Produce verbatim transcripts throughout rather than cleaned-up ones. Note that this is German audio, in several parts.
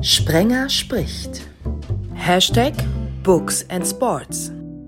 Sprenger spricht. Hashtag Books and Sports.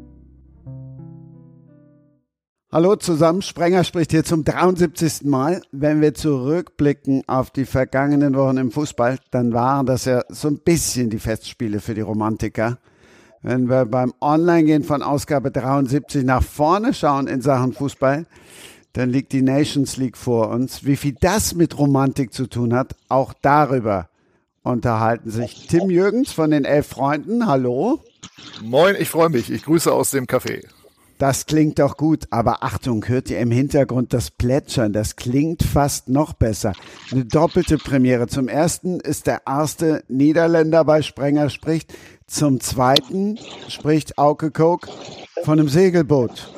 Hallo zusammen, Sprenger spricht hier zum dreiundsiebzigsten Mal. Wenn wir zurückblicken auf die vergangenen Wochen im Fußball, dann waren das ja so ein bisschen die Festspiele für die Romantiker. Wenn wir beim Online-Gehen von Ausgabe dreiundsiebzig nach vorne schauen in Sachen Fußball, dann liegt die Nations League vor uns. Wie viel das mit Romantik zu tun hat, auch darüber unterhalten sich Tim Jürgens von den Elf Freunden. Hallo. Moin, ich freue mich. Ich grüße aus dem Café. Das klingt doch gut, aber Achtung, hört ihr im Hintergrund das Plätschern? Das klingt fast noch besser. Eine doppelte Premiere. Zum ersten ist der erste Niederländer bei Sprenger spricht. Zum zweiten spricht Auke Kook von einem Segelboot.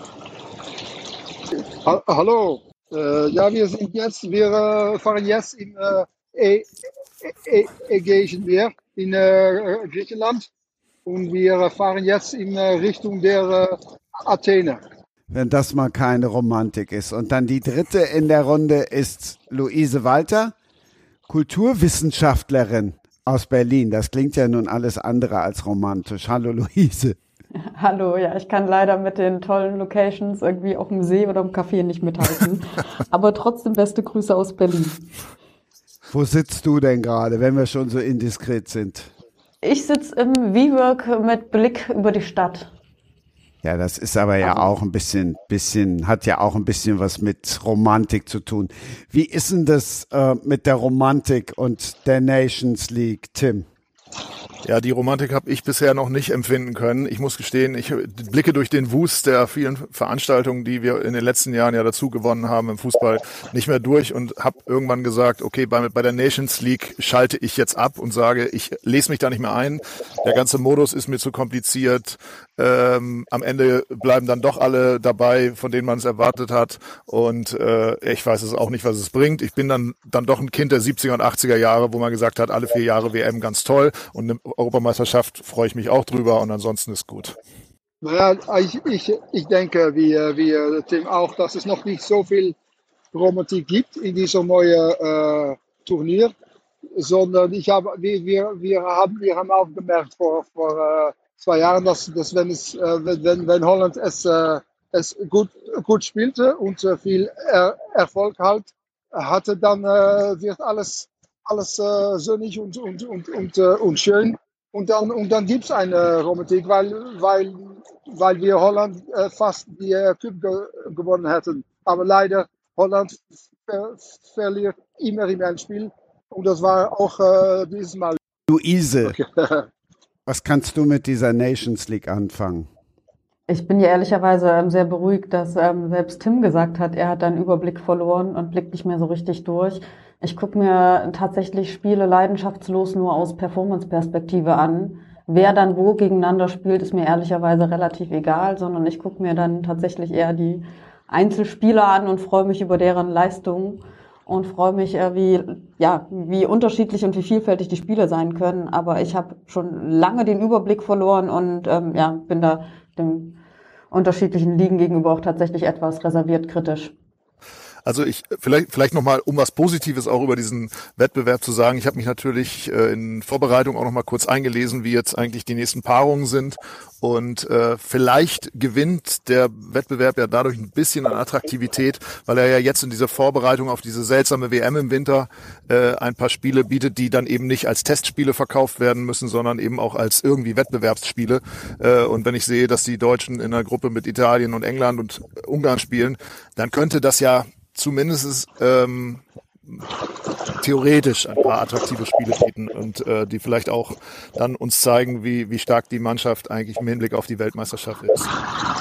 Ha- Hallo, äh, ja, wir sind jetzt, wir äh, fahren jetzt im äh, E- E- Ägäischen Meer in äh, Griechenland und wir fahren jetzt in äh, Richtung der äh, Athene. Wenn das mal keine Romantik ist. Und dann die dritte in der Runde ist Luise Walter, Kulturwissenschaftlerin aus Berlin. Das klingt ja nun alles andere als romantisch. Hallo Luise. Hallo, ja, ich kann leider mit den tollen Locations irgendwie auf dem See oder im Café nicht mithalten. Aber trotzdem beste Grüße aus Berlin. Wo sitzt du denn gerade, wenn wir schon so indiskret sind? Ich sitze im WeWork mit Blick über die Stadt. Ja, das ist aber ja auch ein bisschen, bisschen, hat ja auch ein bisschen was mit Romantik zu tun. Wie ist denn das äh, mit der Romantik und der Nations League, Tim? Ja, die Romantik habe ich bisher noch nicht empfinden können. Ich muss gestehen, ich blicke durch den Wust der vielen Veranstaltungen, die wir in den letzten Jahren ja dazu gewonnen haben im Fußball, nicht mehr durch und habe irgendwann gesagt, okay, bei, bei der Nations League schalte ich jetzt ab und sage, ich lese mich da nicht mehr ein. Der ganze Modus ist mir zu kompliziert. Ähm, am Ende bleiben dann doch alle dabei, von denen man es erwartet hat. Und äh, ich weiß es auch nicht, was es bringt. Ich bin dann dann doch ein Kind der siebziger und achtziger Jahre, wo man gesagt hat, alle vier Jahre W M ganz toll. Und eine Europameisterschaft freue ich mich auch drüber. Und ansonsten ist gut. Naja, ich, ich, ich denke, wie, wie Tim auch, dass es noch nicht so viel Romantik gibt in dieser neuen äh, Turnier, sondern ich habe, wir, wir, wir, haben, wir haben auch gemerkt vor, vor äh, zwei Jahren, dass, dass wenn, es, äh, wenn, wenn Holland es, äh, es gut, gut spielte und äh, viel er, Erfolg halt hatte, dann äh, wird alles, alles äh, sonnig und, und, und, und, äh, und schön. Und dann, und dann gibt es eine Romantik, weil, weil, weil wir Holland äh, fast die äh, Cup ge gewonnen hätten. Aber leider, Holland ver verliert immer in ein Spiel. Und das war auch äh, dieses Mal. Luise, Okay. was kannst du mit dieser Nations League anfangen? Ich bin ja ehrlicherweise ähm, sehr beruhigt, dass ähm, selbst Tim gesagt hat, er hat einen Überblick verloren und blickt nicht mehr so richtig durch. Ich gucke mir tatsächlich Spiele leidenschaftslos nur aus Performance-Perspektive an. Wer dann wo gegeneinander spielt, ist mir ehrlicherweise relativ egal, sondern ich gucke mir dann tatsächlich eher die Einzelspieler an und freue mich über deren Leistungen und freue mich, äh, wie, ja, wie unterschiedlich und wie vielfältig die Spiele sein können. Aber ich habe schon lange den Überblick verloren und ähm, ja, bin da den unterschiedlichen Ligen gegenüber auch tatsächlich etwas reserviert kritisch. Also ich vielleicht vielleicht noch mal, um was Positives auch über diesen Wettbewerb zu sagen. Ich habe mich natürlich äh, in Vorbereitung auch noch mal kurz eingelesen, wie jetzt eigentlich die nächsten Paarungen sind. Und äh, vielleicht gewinnt der Wettbewerb ja dadurch ein bisschen an Attraktivität, weil er ja jetzt in dieser Vorbereitung auf diese seltsame W M im Winter äh, ein paar Spiele bietet, die dann eben nicht als Testspiele verkauft werden müssen, sondern eben auch als irgendwie Wettbewerbsspiele. Äh, und wenn ich sehe, dass die Deutschen in einer Gruppe mit Italien und England und Ungarn spielen, dann könnte das ja zumindest ähm, theoretisch ein paar attraktive Spiele bieten und äh, die vielleicht auch dann uns zeigen, wie, wie stark die Mannschaft eigentlich im Hinblick auf die Weltmeisterschaft ist.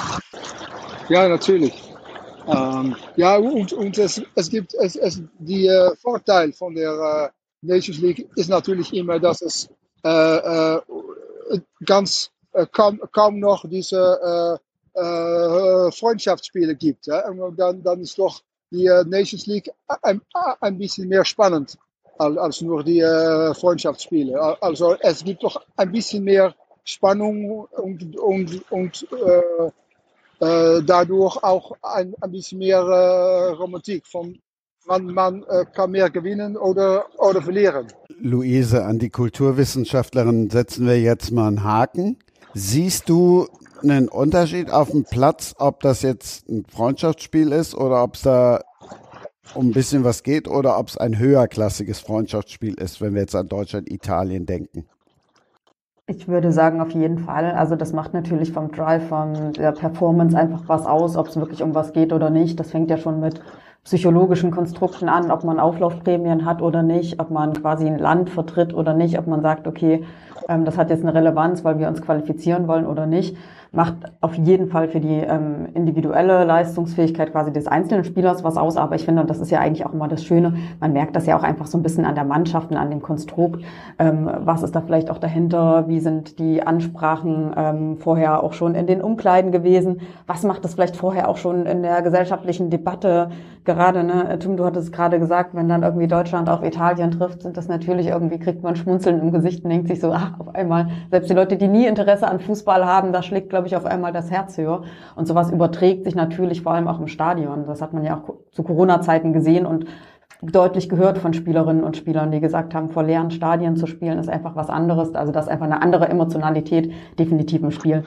Ja, natürlich. Ähm, ja, und, und es, es gibt es, es, die äh, Vorteil von der äh, Nations League ist natürlich immer, dass es äh, äh, ganz äh, kaum, kaum noch diese äh, äh, Freundschaftsspiele gibt. Ja? Und dann, dann ist doch die äh, Nations League ein, ein bisschen mehr spannend als, als nur die äh, Freundschaftsspiele. Also es gibt doch ein bisschen mehr Spannung und, und, und äh, äh, dadurch auch ein, ein bisschen mehr äh, Romantik von, man, man äh, kann mehr gewinnen oder, oder verlieren. Luise, an die Kulturwissenschaftlerin setzen wir jetzt mal einen Haken. Siehst du einen Unterschied auf dem Platz, ob das jetzt ein Freundschaftsspiel ist oder ob es da um ein bisschen was geht oder ob es ein höherklassiges Freundschaftsspiel ist, wenn wir jetzt an Deutschland, Italien denken? Ich würde sagen, auf jeden Fall. Also das macht natürlich vom Drive, von der Performance einfach was aus, ob es wirklich um was geht oder nicht. Das fängt ja schon mit psychologischen Konstrukten an, ob man Auflaufprämien hat oder nicht, ob man quasi ein Land vertritt oder nicht, ob man sagt, okay, ähm, das hat jetzt eine Relevanz, weil wir uns qualifizieren wollen oder nicht. Macht auf jeden Fall für die ähm, individuelle Leistungsfähigkeit quasi des einzelnen Spielers was aus. Aber ich finde, und das ist ja eigentlich auch immer das Schöne, man merkt das ja auch einfach so ein bisschen an der Mannschaft und an dem Konstrukt. Ähm, was ist da vielleicht auch dahinter? Wie sind die Ansprachen ähm, vorher auch schon in den Umkleiden gewesen? Was macht das vielleicht vorher auch schon in der gesellschaftlichen Debatte? Gerade, ne, Tim, du hattest gerade gesagt, wenn dann irgendwie Deutschland auf Italien trifft, sind das natürlich irgendwie, kriegt man Schmunzeln im Gesicht und denkt sich so, ach, auf einmal, selbst die Leute, die nie Interesse an Fußball haben, da schlägt, glaube ich, auf einmal das Herz höher. Und sowas überträgt sich natürlich vor allem auch im Stadion. Das hat man ja auch zu Corona-Zeiten gesehen und deutlich gehört von Spielerinnen und Spielern, die gesagt haben, vor leeren Stadien zu spielen ist einfach was anderes. Also das ist einfach eine andere Emotionalität definitiv im Spiel.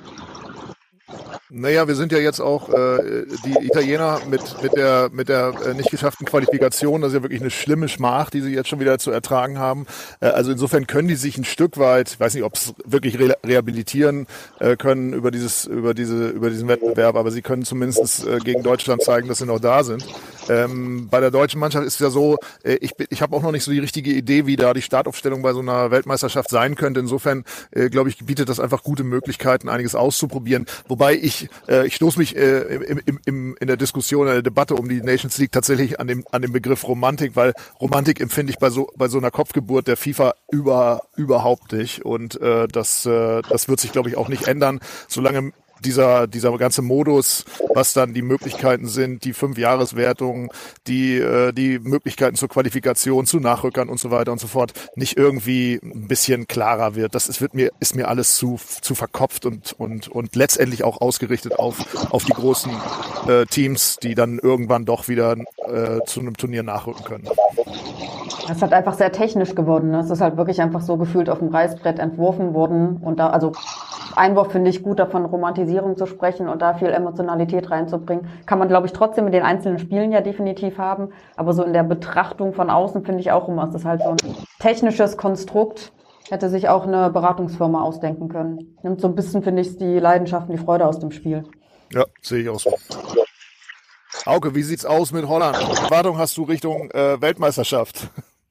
Naja, wir sind ja jetzt auch äh, die Italiener mit mit der mit der äh, nicht geschafften Qualifikation. Das ist ja wirklich eine schlimme Schmach, die sie jetzt schon wieder zu ertragen haben. Äh, also insofern können die sich ein Stück weit, ich weiß nicht, ob es wirklich re- rehabilitieren äh, können über dieses über diese über diesen Wettbewerb, aber sie können zumindest äh, gegen Deutschland zeigen, dass sie noch da sind. Ähm, bei der deutschen Mannschaft ist es ja so, äh, ich ich habe auch noch nicht so die richtige Idee, wie da die Startaufstellung bei so einer Weltmeisterschaft sein könnte. Insofern äh, glaube ich, bietet das einfach gute Möglichkeiten, einiges auszuprobieren. Wobei ich äh, ich stoße mich äh, im, im, im, in der Diskussion, in der Debatte um die Nations League tatsächlich an dem an dem Begriff Romantik, weil Romantik empfinde ich bei so bei so einer Kopfgeburt der FIFA über überhaupt nicht und äh, das äh, das wird sich, glaube ich, auch nicht ändern, solange dieser dieser ganze Modus, was dann die Möglichkeiten sind, die Fünfjahreswertung, die äh, die Möglichkeiten zur Qualifikation, zu Nachrückern und so weiter und so fort, nicht irgendwie ein bisschen klarer wird. Das ist wird mir ist mir alles zu zu verkopft und und und letztendlich auch ausgerichtet auf auf die großen äh, Teams, die dann irgendwann doch wieder äh, zu einem Turnier nachrücken können. Es ist halt einfach sehr technisch geworden. Ne? Es ist halt wirklich einfach so gefühlt auf dem Reißbrett entworfen worden. Und da, also Einwurf finde ich gut, davon Romantisierung zu sprechen und da viel Emotionalität reinzubringen. Kann man, glaube ich, trotzdem in den einzelnen Spielen ja definitiv haben. Aber so in der Betrachtung von außen finde ich auch immer, es ist halt so ein technisches Konstrukt. Hätte sich auch eine Beratungsfirma ausdenken können. Nimmt so ein bisschen, finde ich, die Leidenschaft und die Freude aus dem Spiel. Ja, sehe ich auch so. Auke, wie sieht's aus mit Holland? Erwartung hast du Richtung äh, Weltmeisterschaft?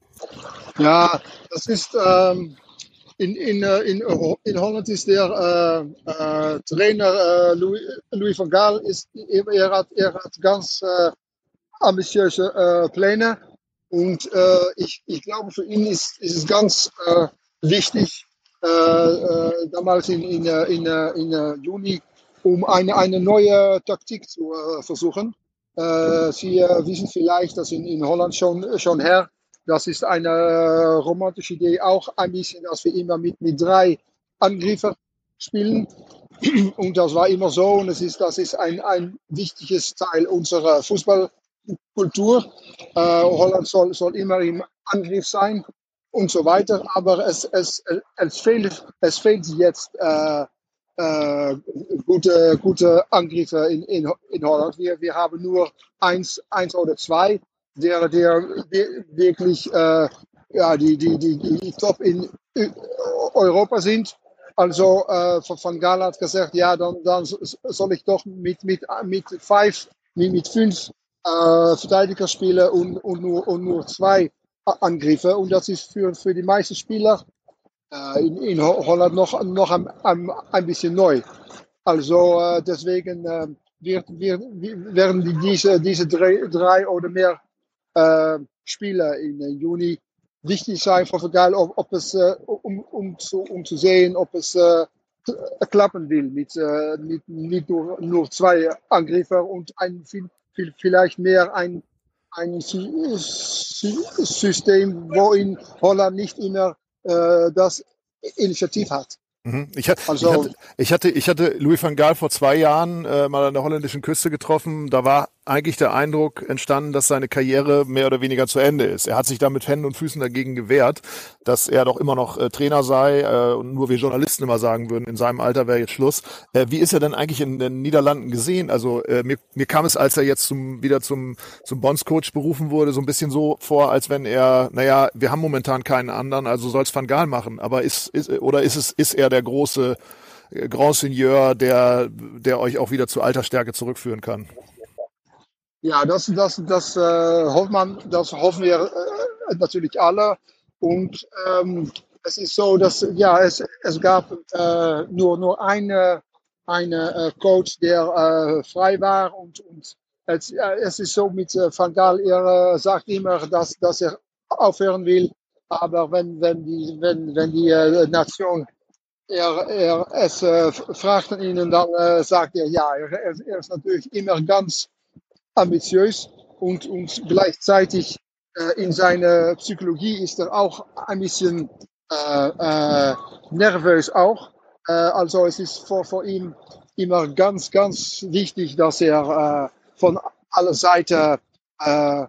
Ja, das ist ähm, in, in, in, in Holland ist der äh, äh, Trainer äh, Louis, Louis van Gaal, ist, er, hat, er hat ganz äh, ambitiöse äh, Pläne und äh, ich, ich glaube, für ihn ist, ist es ganz äh, wichtig, äh, äh, damals in, in, in, in, in Juni, um eine, eine neue Taktik zu äh, versuchen. Äh, Sie äh, wissen vielleicht, dass in, in Holland schon, schon her, das ist eine äh, romantische Idee, auch ein bisschen, dass wir immer mit, mit drei Angreifer spielen. Und das war immer so und es ist, das ist ein, ein wichtiges Teil unserer Fußballkultur. Äh, Holland soll, soll immer im Angriff sein und so weiter, aber es, es, es, fehlt, es fehlt jetzt äh, äh, gute, gute Angriffe in, in, in Holland. Wir, wir haben nur eins, eins oder zwei, der, der wirklich äh, ja, die, die, die, die top in Europa sind. Also äh, Van Gaal hat gesagt, ja, dann, dann soll ich doch mit, mit, mit, five, mit, mit fünf äh, Verteidiger spielen und, und, nur, und nur zwei Angriffe. Und das ist für, für die meisten Spieler äh, in, in Holland noch, noch ein, ein, ein bisschen neu. Also äh, deswegen äh, wird, wird, werden die, diese, diese drei, drei oder mehr äh, Spiele im Juni wichtig sein für Van Gaal, ob, ob es, äh, um, um, zu, um zu sehen, ob es äh, klappen will mit, äh, mit nicht nur, nur zwei Angreifer und ein, viel, viel, vielleicht mehr ein, ein System, wo in Holland nicht immer äh, das Initiativ hat. Ich hatte, also, ich, hatte, ich, hatte, ich hatte Louis van Gaal vor zwei Jahren äh, mal an der holländischen Küste getroffen. Da war eigentlich der Eindruck entstanden, dass seine Karriere mehr oder weniger zu Ende ist. Er hat sich da mit Händen und Füßen dagegen gewehrt, dass er doch immer noch äh, Trainer sei äh, und nur wir Journalisten immer sagen würden, in seinem Alter wäre jetzt Schluss. Äh, wie ist er denn eigentlich in den Niederlanden gesehen? Also äh, mir, mir kam es, als er jetzt zum, wieder zum, zum Bondscoach berufen wurde, so ein bisschen so vor, als wenn er, naja, wir haben momentan keinen anderen, also soll es Van Gaal machen. Aber ist, ist oder ist es ist er der große Grand Seigneur, der, der euch auch wieder zu alter Stärke zurückführen kann? Ja, das, das, das, äh, hofft man, das hoffen wir äh, natürlich alle. Und ähm, es ist so, dass ja, es, es gab äh, nur, nur eine, eine äh, Coach, der äh, frei war. Und, und es, äh, es ist so mit äh, Van Gaal, er äh, sagt immer, dass, dass er aufhören will. Aber wenn, wenn die, wenn, wenn die äh, Nation Er, er es äh, fragt an ihn, dann äh, sagt er ja. Er, er ist natürlich immer ganz ambitiös und, und gleichzeitig äh, in seiner Psychologie ist er auch ein bisschen äh, äh, nervös auch. Äh, also es ist für, für ihn immer ganz, ganz wichtig, dass er äh, von aller Seiten äh,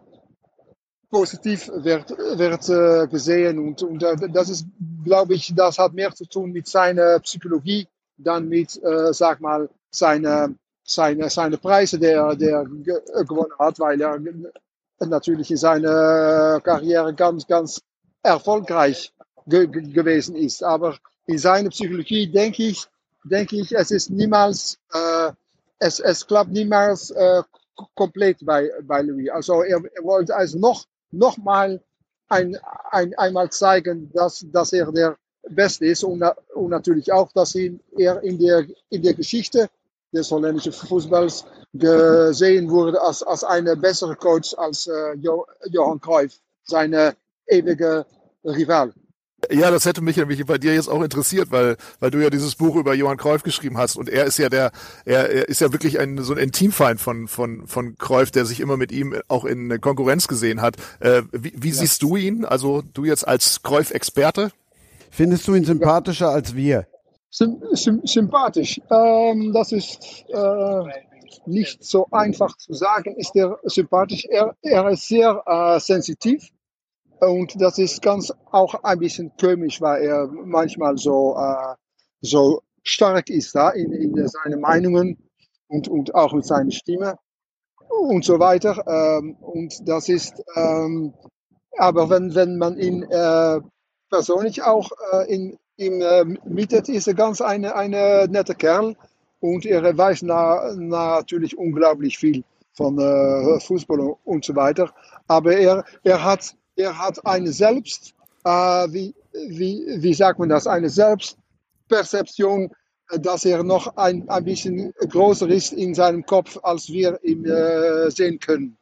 positiv wird, wird äh, gesehen und, und äh, das ist, glaube ich, das hat mehr zu tun mit seiner Psychologie, dann mit, äh, sag mal, seine, seine, seine Preise, der, der ge gewonnen hat, weil er natürlich in seiner Karriere ganz, ganz erfolgreich ge ge gewesen ist. Aber in seiner Psychologie denke ich, denke ich, es ist niemals, äh, es, es klappt niemals äh, komplett bei, bei Louis. Also er, er wollte also noch noch mal ein, ein, einmal zeigen, dass, dass er der Beste ist und, und natürlich auch, dass ihn, er in der, in der Geschichte des holländischen Fußballs gesehen wurde als, als ein bessere Coach als äh, Johan Cruyff, seine ewige Rival. Ja, das hätte mich nämlich bei dir jetzt auch interessiert, weil weil du ja dieses Buch über Johann Cruyff geschrieben hast und er ist ja der er, er ist ja wirklich ein so ein Intimfeind von von von Cruyff, der sich immer mit ihm auch in Konkurrenz gesehen hat. Äh, wie wie ja. siehst du ihn? Also du jetzt als Cruyff-Experte? Findest du ihn sympathischer ja. als wir? Sym sym sympathisch. Ähm, das ist äh, nicht so einfach zu sagen. Ist er sympathisch? Er er ist sehr äh, sensitiv. Und das ist ganz auch ein bisschen komisch, weil er manchmal so, äh, so stark ist da in, in seinen Meinungen und, und auch mit seiner Stimme und so weiter. Ähm, und das ist, ähm, aber wenn, wenn man ihn äh, persönlich auch äh, in, in, äh, mietet, ist er ganz eine, eine nette Kerl und er weiß na, natürlich unglaublich viel von äh, Fußball und so weiter. Aber er, er hat Er hat eine Selbst, äh, wie, wie, wie sagt man das, eine Selbstperzeption, dass er noch ein, ein bisschen größer ist in seinem Kopf, als wir ihn äh, sehen können.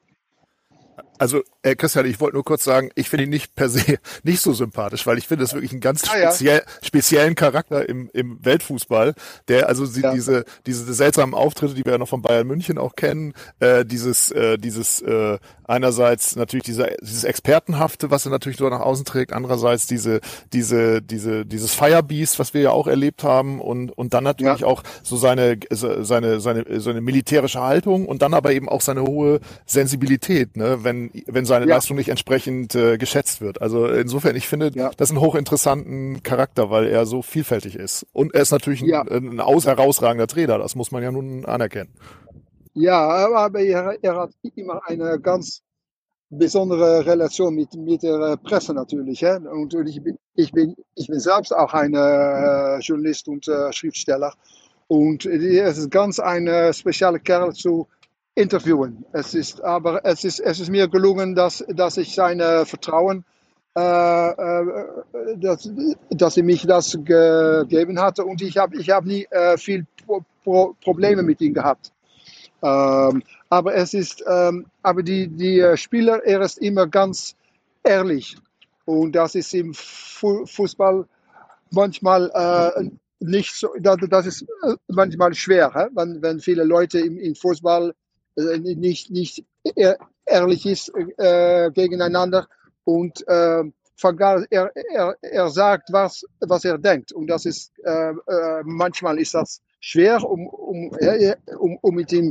Also, äh, Christian, ich wollte nur kurz sagen, ich finde ihn nicht per se nicht so sympathisch, weil ich finde das wirklich einen ganz ah, speziell, ja. speziellen Charakter im, im Weltfußball, der also sie, ja. diese, diese seltsamen Auftritte, die wir ja noch von Bayern München auch kennen, äh, dieses, äh, dieses, äh, einerseits natürlich dieser, dieses Expertenhafte, was er natürlich so nach außen trägt, andererseits diese, diese, diese, dieses Firebeast, was wir ja auch erlebt haben und, und dann natürlich ja. auch so seine, seine, seine, seine militärische Haltung und dann aber eben auch seine hohe Sensibilität, ne, wenn, wenn seine ja. Leistung nicht entsprechend äh, geschätzt wird. Also insofern, ich finde, ja. das ist ein hochinteressanten Charakter, weil er so vielfältig ist. Und er ist natürlich ein, ja. ein aus herausragender Trainer, das muss man ja nun anerkennen. Ja, aber er, er hat immer eine ganz besondere Relation mit, mit der Presse natürlich. Hè? Und ich bin, ich, bin, ich bin selbst auch ein äh, Journalist und äh, Schriftsteller. Und es ist ganz ein äh, spezieller Kerl zu interviewen. Es ist, aber es ist, es ist mir gelungen, dass, dass ich sein Vertrauen, äh, äh, dass, dass er mich das gegeben hatte. Und ich habe ich hab nie äh, viel Pro Pro Probleme mit ihm gehabt. Ähm, aber es ist, ähm, aber die, die Spieler, er ist immer ganz ehrlich. Und das ist im Fu Fußball manchmal äh, nicht so, das, das ist manchmal schwer, hä? Wenn, wenn viele Leute im, im Fußball äh, nicht, nicht ehrlich ist äh, gegeneinander. Und äh, Van Gaal, er, er, er sagt, was, was er denkt. Und das ist, äh, äh, manchmal ist das schwer, um, um, um, um mit ihm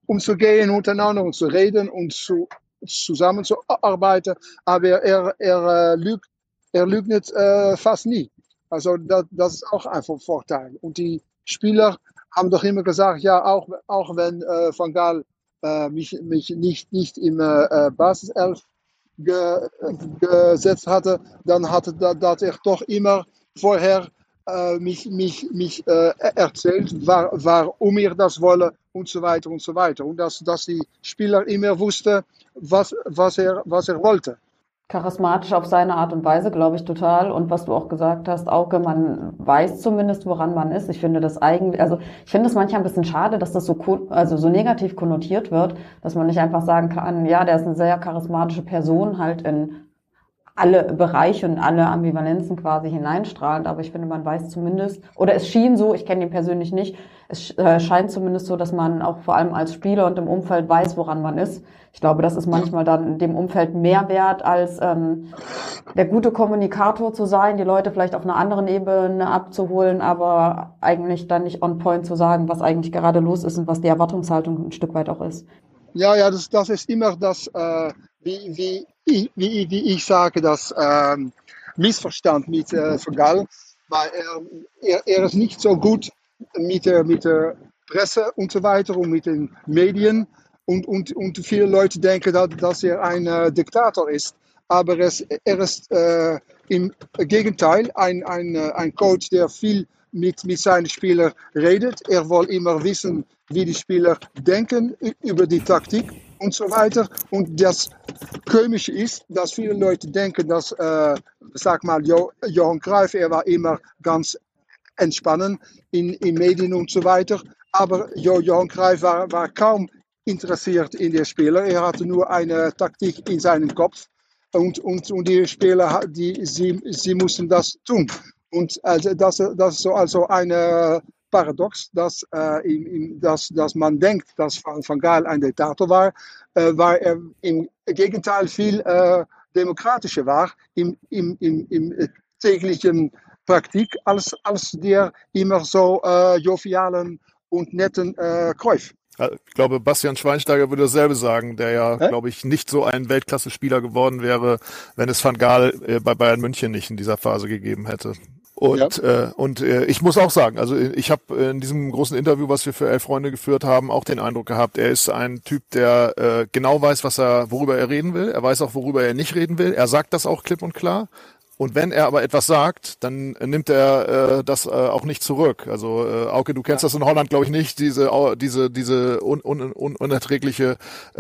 um zu gehen untereinander und zu reden und zu, zusammenzuarbeiten. Aber er, er, lügt, er lügt äh, fast nie. Also das, das ist auch ein Vorteil. Und die Spieler haben doch immer gesagt, ja, auch, auch wenn äh, Van Gaal äh, mich, mich nicht, nicht im äh, Basiself ge, gesetzt hatte, dann hatte dat er doch immer vorher äh, mich, mich, mich äh, erzählt, war, warum er das wolle und so weiter und so weiter. Und dass, dass die Spieler immer wussten, was, was, er, was er wollte. Charismatisch auf seine Art und Weise, glaube ich, total. Und was du auch gesagt hast, Auke, man weiß zumindest, woran man ist. Ich finde das eigentlich, also ich finde es manchmal ein bisschen schade, dass das so, also so negativ konnotiert wird, dass man nicht einfach sagen kann, ja, der ist eine sehr charismatische Person, halt in alle Bereiche und alle Ambivalenzen quasi hineinstrahlend. Aber ich finde, man weiß zumindest, oder es schien so, ich kenne ihn persönlich nicht, es äh, scheint zumindest so, dass man auch vor allem als Spieler und im Umfeld weiß, woran man ist. Ich glaube, das ist manchmal dann in dem Umfeld mehr wert, als ähm, der gute Kommunikator zu sein, die Leute vielleicht auf einer anderen Ebene abzuholen, aber eigentlich dann nicht on point zu sagen, was eigentlich gerade los ist und was die Erwartungshaltung ein Stück weit auch ist. Ja, ja, das, das ist immer das, äh, wie, wie, wie, wie ich sage, das ähm, Missverstand mit äh, Van Gaal, weil er, er, er ist nicht so gut mit, äh, mit der Presse und so weiter und mit den Medien. Und, und, und viele Leute denken, dass, dass er ein äh, Diktator ist. Aber er ist, er ist äh, im Gegenteil ein, ein, ein Coach, der viel mit, mit seinen Spielern redet. Er will immer wissen, wie die Spieler denken über die Taktik und so weiter. Und das Komische ist, dass viele Leute denken, dass, äh, sag mal, jo, Johan Cruyff, er war immer ganz entspannen in, in Medien und so weiter. Aber jo, Johan Cruyff war, war kaum interessiert in den Spieler. Er hatte nur eine Taktik in seinem Kopf. Und, und, und die Spieler, die, sie, sie mussten das tun. Und also das, das ist so also eine Paradox, dass, äh, im, im, dass, dass man denkt, dass Van Gaal ein Diktator war, äh, weil er im Gegenteil viel äh, demokratischer war im, im, im, im täglichen Praktik als, als der immer so äh, jovialen und netten äh, Cruyff. Ich glaube, Bastian Schweinsteiger würde dasselbe sagen, der ja, Hä? glaube ich, nicht so ein Weltklasse-Spieler geworden wäre, wenn es Van Gaal äh, bei Bayern München nicht in dieser Phase gegeben hätte. Und, ja. äh, und äh, ich muss auch sagen, also ich habe in diesem großen Interview, was wir für Elf Freunde geführt haben, auch den Eindruck gehabt, er ist ein Typ, der äh, genau weiß, was er, worüber er reden will. Er weiß auch, worüber er nicht reden will. Er sagt das auch klipp und klar. Und wenn er aber etwas sagt, dann nimmt er äh, das äh, auch nicht zurück. Also äh, Auke, du kennst ja. das in Holland, glaube ich, nicht, diese diese diese un, un, un, unerträgliche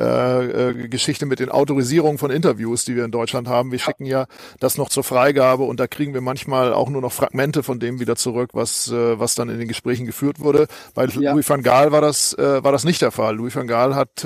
äh, äh, Geschichte mit den Autorisierungen von Interviews, die wir in Deutschland haben. Wir ja. schicken ja das noch zur Freigabe und da kriegen wir manchmal auch nur noch Fragmente von dem wieder zurück, was äh, was dann in den Gesprächen geführt wurde. Bei ja. Louis van Gaal war das äh, war das nicht der Fall. Louis van Gaal hat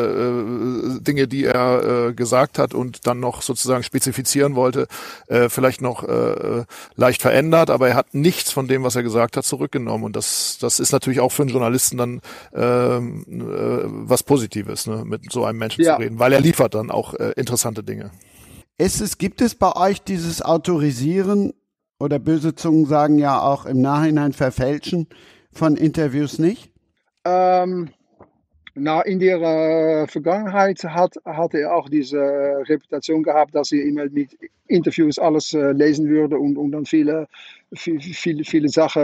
äh, Dinge, die er äh, gesagt hat und dann noch sozusagen spezifizieren wollte, äh, vielleicht noch äh, leicht verändert, aber er hat nichts von dem, was er gesagt hat, zurückgenommen. Und das das ist natürlich auch für einen Journalisten dann äh, äh, was Positives, ne, mit so einem Menschen ja. zu reden, weil er liefert dann auch äh, interessante Dinge. Ist es, gibt es bei euch dieses Autorisieren oder böse Zungen sagen ja auch im Nachhinein Verfälschen von Interviews nicht? Ähm, na, in der äh, Vergangenheit hat, hat er auch diese äh, Reputation gehabt, dass er immer mit Interviews alles äh, lesen würde und, und dann viele, viele, viele, viele Sachen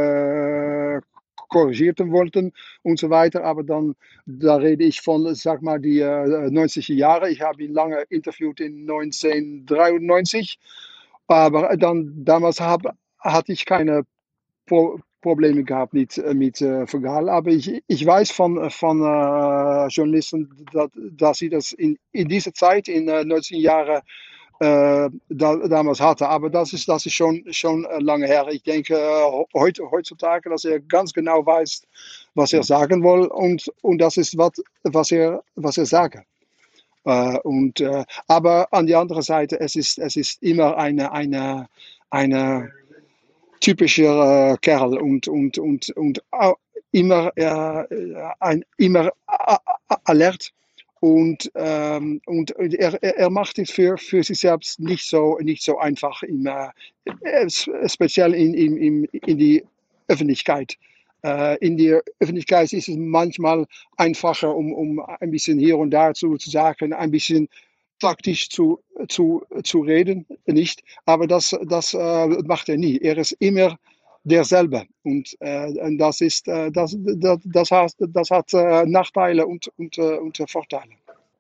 äh, korrigieren wollten und so weiter. Aber dann, da rede ich von, sag mal, die äh, neunziger Jahre. Ich habe ihn lange interviewt in neunzehnhundertdreiundneunzig. Aber dann, damals hab, hatte ich keine Pro Probleme gehabt mit, mit äh, Van Gaal. Aber ich, ich weiß von, von äh, Journalisten, dass, dass sie das in, in dieser Zeit, in äh, neunziger Jahren, äh, da, damals hatte. Aber das ist, das ist schon, schon äh, lange her. Ich denke äh, heute, heutzutage, dass er ganz genau weiß, was er sagen will. Und, und das ist, wat, was er, was er sagt. Äh, und, äh, aber an die andere Seite, es ist, es ist immer eine, eine, eine typischer äh, Kerl und, und, und, und äh, immer, äh, ein, immer äh, alert. Und, ähm, und er, er macht es für, für sich selbst nicht so, nicht so einfach, im, äh, speziell in, in, in, in die Öffentlichkeit. Äh, in der Öffentlichkeit ist es manchmal einfacher, um, um ein bisschen hier und da zu, zu sagen, ein bisschen taktisch zu, zu, zu reden, nicht. Aber das, das äh, macht er nie. Er ist immer derselbe. Und, äh, und das, ist, äh, das, das, das, hat, das hat äh, Nachteile und, und, äh, und Vorteile.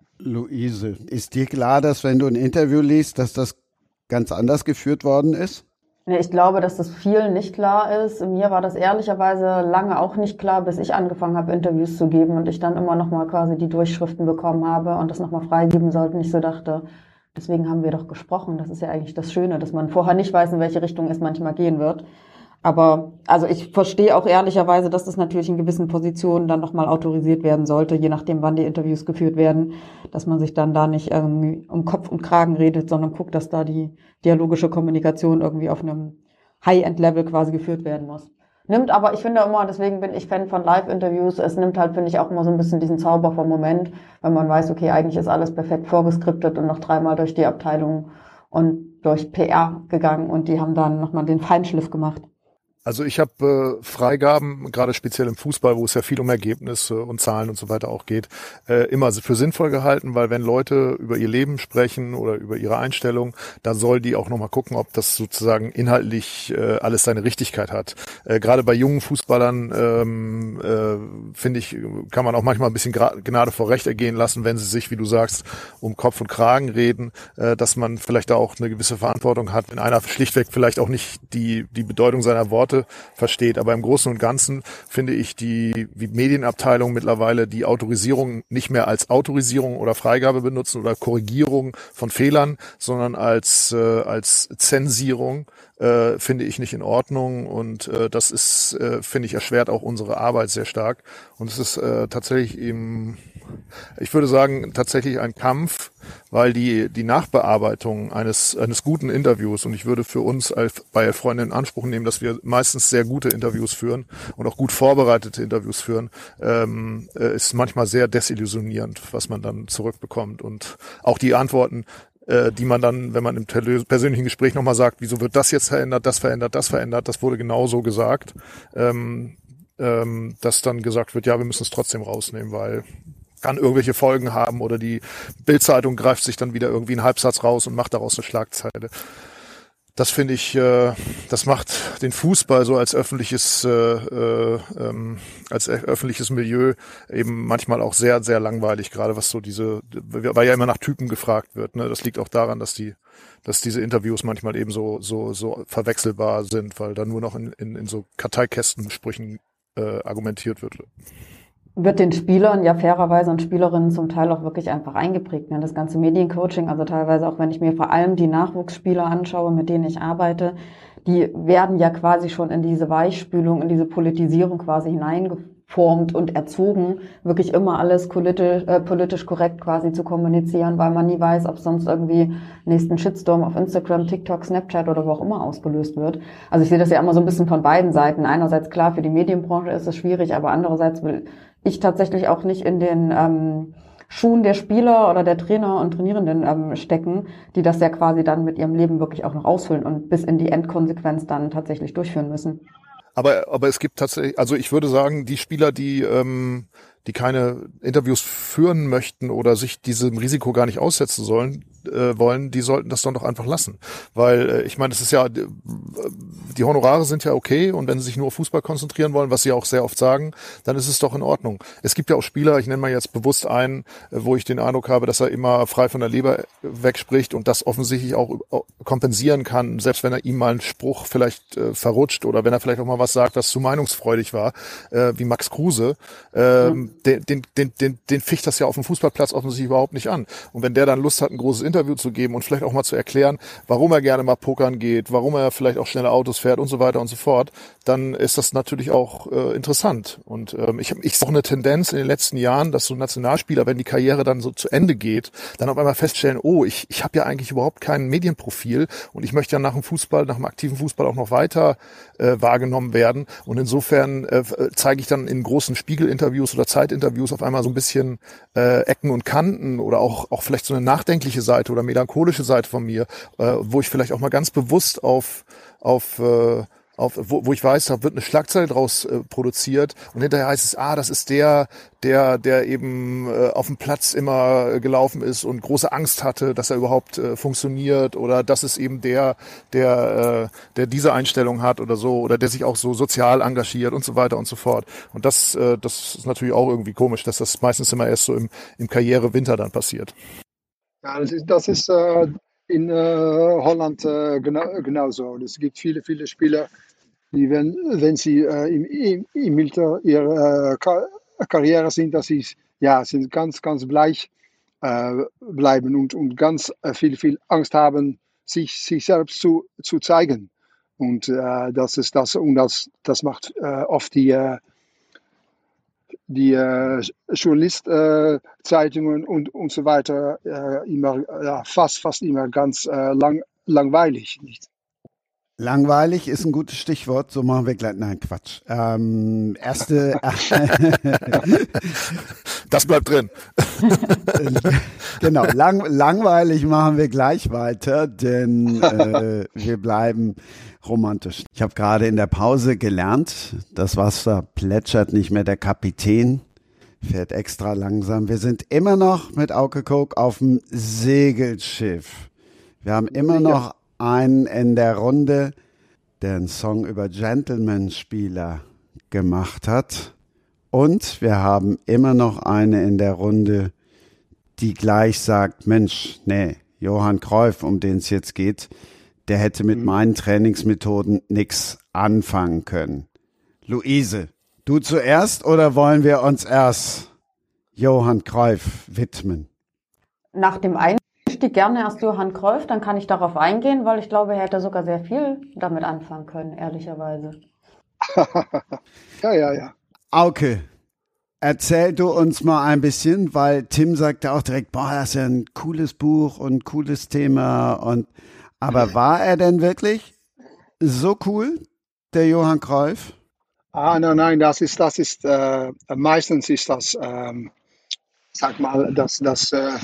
Luise, ist dir klar, dass wenn du ein Interview liest, dass das ganz anders geführt worden ist? Nee, ich glaube, dass das vielen nicht klar ist. Mir war das ehrlicherweise lange auch nicht klar, bis ich angefangen habe, Interviews zu geben und ich dann immer noch mal quasi die Durchschriften bekommen habe und das noch mal freigeben sollte. Und ich so dachte, deswegen haben wir doch gesprochen. Das ist ja eigentlich das Schöne, dass man vorher nicht weiß, in welche Richtung es manchmal gehen wird. Aber also ich verstehe auch ehrlicherweise, dass das natürlich in gewissen Positionen dann nochmal autorisiert werden sollte, je nachdem, wann die Interviews geführt werden, dass man sich dann da nicht irgendwie um Kopf und Kragen redet, sondern guckt, dass da die dialogische Kommunikation irgendwie auf einem High-End-Level quasi geführt werden muss. Nimmt aber, ich finde immer, deswegen bin ich Fan von Live-Interviews, es nimmt halt, finde ich, auch immer so ein bisschen diesen Zauber vom Moment, wenn man weiß, okay, eigentlich ist alles perfekt vorgeskriptet und noch dreimal durch die Abteilung und durch P R gegangen und die haben dann nochmal den Feinschliff gemacht. Also ich habe äh, Freigaben, gerade speziell im Fußball, wo es ja viel um Ergebnisse und Zahlen und so weiter auch geht, äh, immer für sinnvoll gehalten, weil wenn Leute über ihr Leben sprechen oder über ihre Einstellung, dann soll die auch nochmal gucken, ob das sozusagen inhaltlich äh, alles seine Richtigkeit hat. Äh, gerade bei jungen Fußballern, ähm, äh, finde ich, kann man auch manchmal ein bisschen Gnade vor Recht ergehen lassen, wenn sie sich, wie du sagst, um Kopf und Kragen reden, äh, dass man vielleicht da auch eine gewisse Verantwortung hat, wenn einer schlichtweg vielleicht auch nicht die die Bedeutung seiner Worte versteht. Aber im Großen und Ganzen finde ich die wie Medienabteilung mittlerweile die Autorisierung nicht mehr als Autorisierung oder Freigabe benutzen oder Korrigierung von Fehlern, sondern als äh, als Zensierung, äh, finde ich nicht in Ordnung. Und äh, das ist, äh, finde ich, erschwert auch unsere Arbeit sehr stark. Und es ist äh, tatsächlich eben, ich würde sagen, tatsächlich ein Kampf, weil die die Nachbearbeitung eines eines guten Interviews, und ich würde für uns als bei Freunden in Anspruch nehmen, dass wir meistens sehr gute Interviews führen und auch gut vorbereitete Interviews führen, ähm, ist manchmal sehr desillusionierend, was man dann zurückbekommt. Und auch die Antworten, äh, die man dann, wenn man im persönlichen Gespräch nochmal sagt, wieso wird das jetzt verändert, das verändert, das verändert, das wurde genauso gesagt, ähm, ähm, dass dann gesagt wird, ja, wir müssen es trotzdem rausnehmen, weil kann irgendwelche Folgen haben oder die Bild-Zeitung greift sich dann wieder irgendwie einen Halbsatz raus und macht daraus eine Schlagzeile. Das finde ich, äh, das macht den Fußball so als öffentliches, äh, äh, ähm, als öffentliches Milieu eben manchmal auch sehr, sehr langweilig, gerade was so diese, weil ja immer nach Typen gefragt wird. Ne? Das liegt auch daran, dass die, dass diese Interviews manchmal eben so, so, so verwechselbar sind, weil da nur noch in, in, in so Karteikästensprüchen äh, argumentiert wird. Wird den Spielern ja fairerweise und Spielerinnen zum Teil auch wirklich einfach eingeprägt. Ne? Das ganze Mediencoaching, also teilweise auch wenn ich mir vor allem die Nachwuchsspieler anschaue, mit denen ich arbeite, die werden ja quasi schon in diese Weichspülung, in diese Politisierung quasi hineingeformt und erzogen, wirklich immer alles politisch, äh, politisch korrekt quasi zu kommunizieren, weil man nie weiß, ob sonst irgendwie nächsten Shitstorm auf Instagram, TikTok, Snapchat oder wo auch immer ausgelöst wird. Also ich sehe das ja immer so ein bisschen von beiden Seiten. Einerseits klar, für die Medienbranche ist es schwierig, aber andererseits will ich tatsächlich auch nicht in den ähm, Schuhen der Spieler oder der Trainer und Trainierenden ähm, stecken, die das ja quasi dann mit ihrem Leben wirklich auch noch ausfüllen und bis in die Endkonsequenz dann tatsächlich durchführen müssen. Aber aber es gibt tatsächlich, also ich würde sagen, die Spieler, die ähm, die keine Interviews führen möchten oder sich diesem Risiko gar nicht aussetzen sollen, äh, wollen, die sollten das dann doch einfach lassen. Weil äh, ich meine, es ist ja, die Honorare sind ja okay und wenn sie sich nur auf Fußball konzentrieren wollen, was sie auch sehr oft sagen, dann ist es doch in Ordnung. Es gibt ja auch Spieler, ich nenne mal jetzt bewusst einen, wo ich den Eindruck habe, dass er immer frei von der Leber wegspricht und das offensichtlich auch kompensieren kann, selbst wenn er ihm mal einen Spruch vielleicht äh, verrutscht oder wenn er vielleicht auch mal was sagt, was zu meinungsfreudig war, äh, wie Max Kruse, äh, mhm. den, den, den, den, den ficht das ja auf dem Fußballplatz offensichtlich überhaupt nicht an. Und wenn der dann Lust hat, ein großes Interview zu geben und vielleicht auch mal zu erklären, warum er gerne mal pokern geht, warum er vielleicht auch schnelle Autos fährt und so weiter und so fort, dann ist das natürlich auch äh, interessant. Und ähm, ich habe ich auch eine Tendenz in den letzten Jahren, dass so Nationalspieler, wenn die Karriere dann so zu Ende geht, dann auf einmal feststellen, oh, ich, ich habe ja eigentlich überhaupt kein Medienprofil und ich möchte ja nach dem Fußball, nach dem aktiven Fußball auch noch weiter äh, wahrgenommen werden. Und insofern äh, zeige ich dann in großen Spiegelinterviews oder Zeitinterviews auf einmal so ein bisschen äh, Ecken und Kanten oder auch auch vielleicht so eine nachdenkliche Seite oder melancholische Seite von mir, äh, wo ich vielleicht auch mal ganz bewusst auf auf äh, auf, wo, wo ich weiß, da wird eine Schlagzeile draus äh, produziert und hinterher heißt es, ah, das ist der, der, der eben äh, auf dem Platz immer äh, gelaufen ist und große Angst hatte, dass er überhaupt äh, funktioniert, oder das ist eben der, der, äh, der diese Einstellung hat oder so, oder der sich auch so sozial engagiert und so weiter und so fort. Und das, äh, das ist natürlich auch irgendwie komisch, dass das meistens immer erst so im, im Karrierewinter dann passiert. Ja, das ist, das ist äh, in äh, Holland äh, genau, genauso. Es gibt viele, viele Spieler, die, wenn, wenn sie äh, im, im, im Winter ihrer äh, Ka Karriere sind, dass sie ja, sind ganz, ganz bleich äh, bleiben und, und ganz äh, viel, viel Angst haben, sich, sich selbst zu, zu zeigen. Und äh, das ist das, und das, das macht äh, oft die, äh, die äh, Journalist-Zeitungen äh, und, und so weiter äh, immer, ja, fast, fast immer ganz äh, lang, langweilig. Nicht? Langweilig ist ein gutes Stichwort, so machen wir gleich. Nein, Quatsch. Ähm, erste. Das bleibt drin. Genau, lang, langweilig machen wir gleich weiter, denn äh, wir bleiben romantisch. Ich habe gerade in der Pause gelernt, das Wasser plätschert nicht mehr, der Kapitän fährt extra langsam. Wir sind immer noch mit Auke Kook auf dem Segelschiff. Wir haben immer noch einen in der Runde, der einen Song über Gentleman-Spieler gemacht hat. Und wir haben immer noch eine in der Runde, die gleich sagt, Mensch, nee, Johann Cruyff, um den es jetzt geht, der hätte mit meinen Trainingsmethoden nichts anfangen können. Luise, du zuerst oder wollen wir uns erst Johann Cruyff widmen? Nach dem Einstieg gerne erst Johann Cruyff, dann kann ich darauf eingehen, weil ich glaube, er hätte sogar sehr viel damit anfangen können, ehrlicherweise. ja, ja, ja. Auke, erzähl du uns mal ein bisschen, weil Tim sagte auch direkt, boah, das ist ja ein cooles Buch und ein cooles Thema. Und aber war er denn wirklich so cool, der Johann Cruyff? Ah, nein, nein, das ist, das ist, äh, meistens ist das, ähm, sag mal, das, das äh,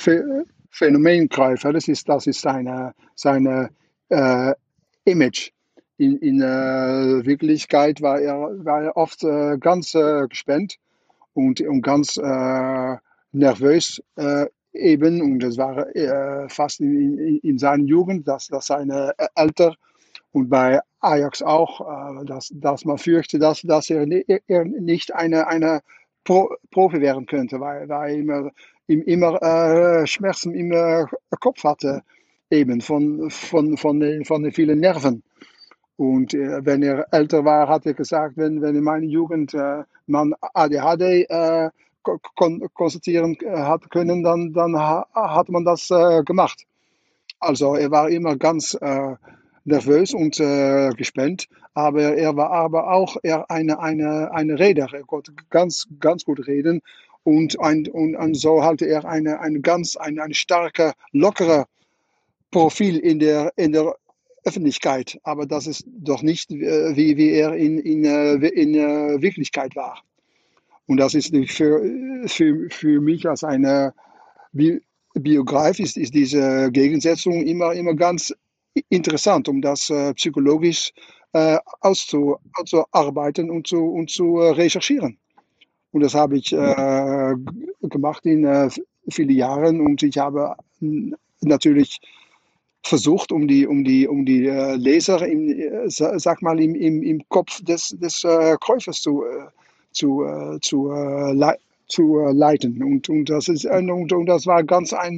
Phänomen Cruyff, das ist, das ist seine, seine äh, Image. In, in äh, Wirklichkeit war er, war er oft äh, ganz äh, gespannt und, und ganz äh, nervös äh, eben. Und das war äh, fast in, in, in seiner Jugend, dass, dass seine Eltern und bei Ajax auch, äh, dass, dass man fürchte, dass, dass er, er nicht eine, eine Pro, Profi werden könnte, weil, weil er immer, immer äh, Schmerzen im äh, Kopf hatte, eben von, von, von, den, von den vielen Nerven. Und äh, wenn er älter war, hat er gesagt, wenn, wenn in meiner Jugend äh, man A D H D äh, kon konstatieren äh, hat können, dann, dann ha hat man das äh, gemacht. Also er war immer ganz äh, nervös und äh, gespannt, aber er war aber auch eher eine, eine, eine Redner. Er konnte ganz, ganz gut reden und, ein, und, und so hatte er eine, eine ganz, eine, eine starke, lockere Profil in der, in der Öffentlichkeit, aber das ist doch nicht, äh, wie, wie er in, in, äh, in äh, Wirklichkeit war. Und das ist für, für, für mich als eine Bi Biograf ist, ist diese Gegensetzung immer, immer ganz interessant, um das äh, psychologisch äh, auszu, auszuarbeiten und zu, und zu äh, recherchieren. Und das habe ich äh, gemacht in äh, vielen Jahren und ich habe natürlich versucht, um die, um die, um die äh, Leser im, äh, sag mal, im, im, im Kopf des, des äh, Käufers zu, äh, zu, äh, zu, äh, le zu äh, leiten. Und, und, das ist, äh, und, und das war ganz ein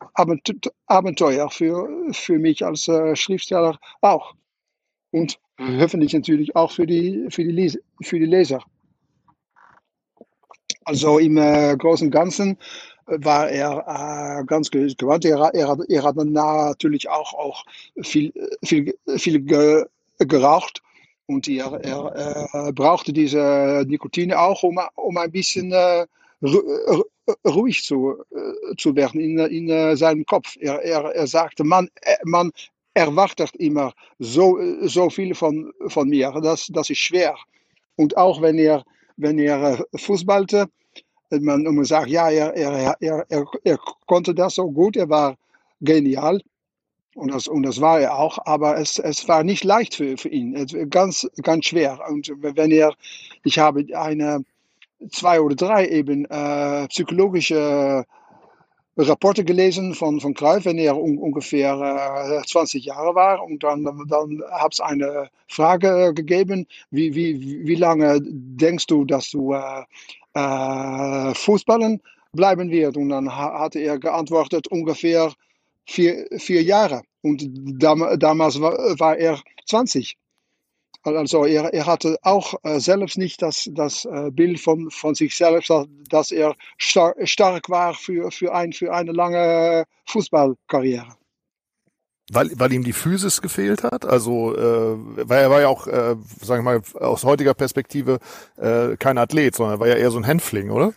Abenteuer für, für mich als äh, Schriftsteller auch. Und hoffentlich natürlich auch für die, für die, Les für die Leser. Also im äh, Großen und Ganzen war er äh, ganz gewandt. Er, er, hat, er hat natürlich auch, auch viel, viel, viel ge, geraucht und er, er äh, brauchte diese Nikotine auch, um, um ein bisschen äh, ru ruhig zu, äh, zu werden in, in äh, seinem Kopf. Er, er, er sagte, man, man erwartet immer so, so viel von, von mir, das, das ist schwer. Und auch wenn er, wenn er fußballte, man, man sagt, ja, er, er, er, er, er konnte das so gut, er war genial, Und das, und das war er auch, aber es, es war nicht leicht für, für ihn. Es war ganz, ganz schwer. Und wenn er, ich habe eine, zwei oder drei eben äh, psychologische Rapporte gelesen von, von Cruyff, wenn er un, ungefähr äh, zwanzig Jahre war. Und dann, dann hat es eine Frage gegeben, wie, wie, wie lange denkst du, dass du äh, äh, Fußballen bleiben wird? Und dann ha, hatte er geantwortet, ungefähr vier, vier Jahre. Und dam, damals war, war er zwanzig. Also er, er hatte auch äh, selbst nicht das, das äh, Bild von, von sich selbst, dass, dass er star stark war für, für, ein, für eine lange Fußballkarriere. Weil, weil ihm die Physis gefehlt hat? Also, äh, weil er war ja auch, äh, sag ich mal, aus heutiger Perspektive äh, kein Athlet, sondern war ja eher so ein Hänfling, oder?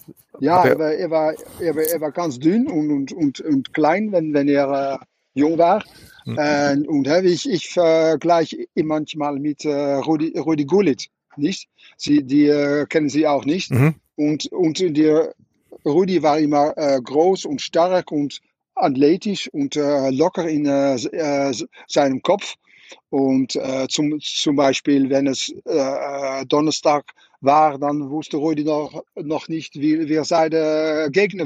Ja, er, er war, er, war, er, war, er war ganz dünn und, und, und, und klein, wenn, wenn er äh, jung war. hm. Äh, und äh, ich, ich vergleiche ihn manchmal mit äh, Rudi, Rudi Gullit, nicht? Sie, die äh, kennen Sie auch nicht. Mhm. Und, und der Rudi war immer äh, groß und stark und athletisch und äh, locker in äh, äh, seinem Kopf. Und äh, zum, zum Beispiel, wenn es äh, Donnerstag war, dann wusste Rudi noch, noch nicht, wie, wer seine Gegner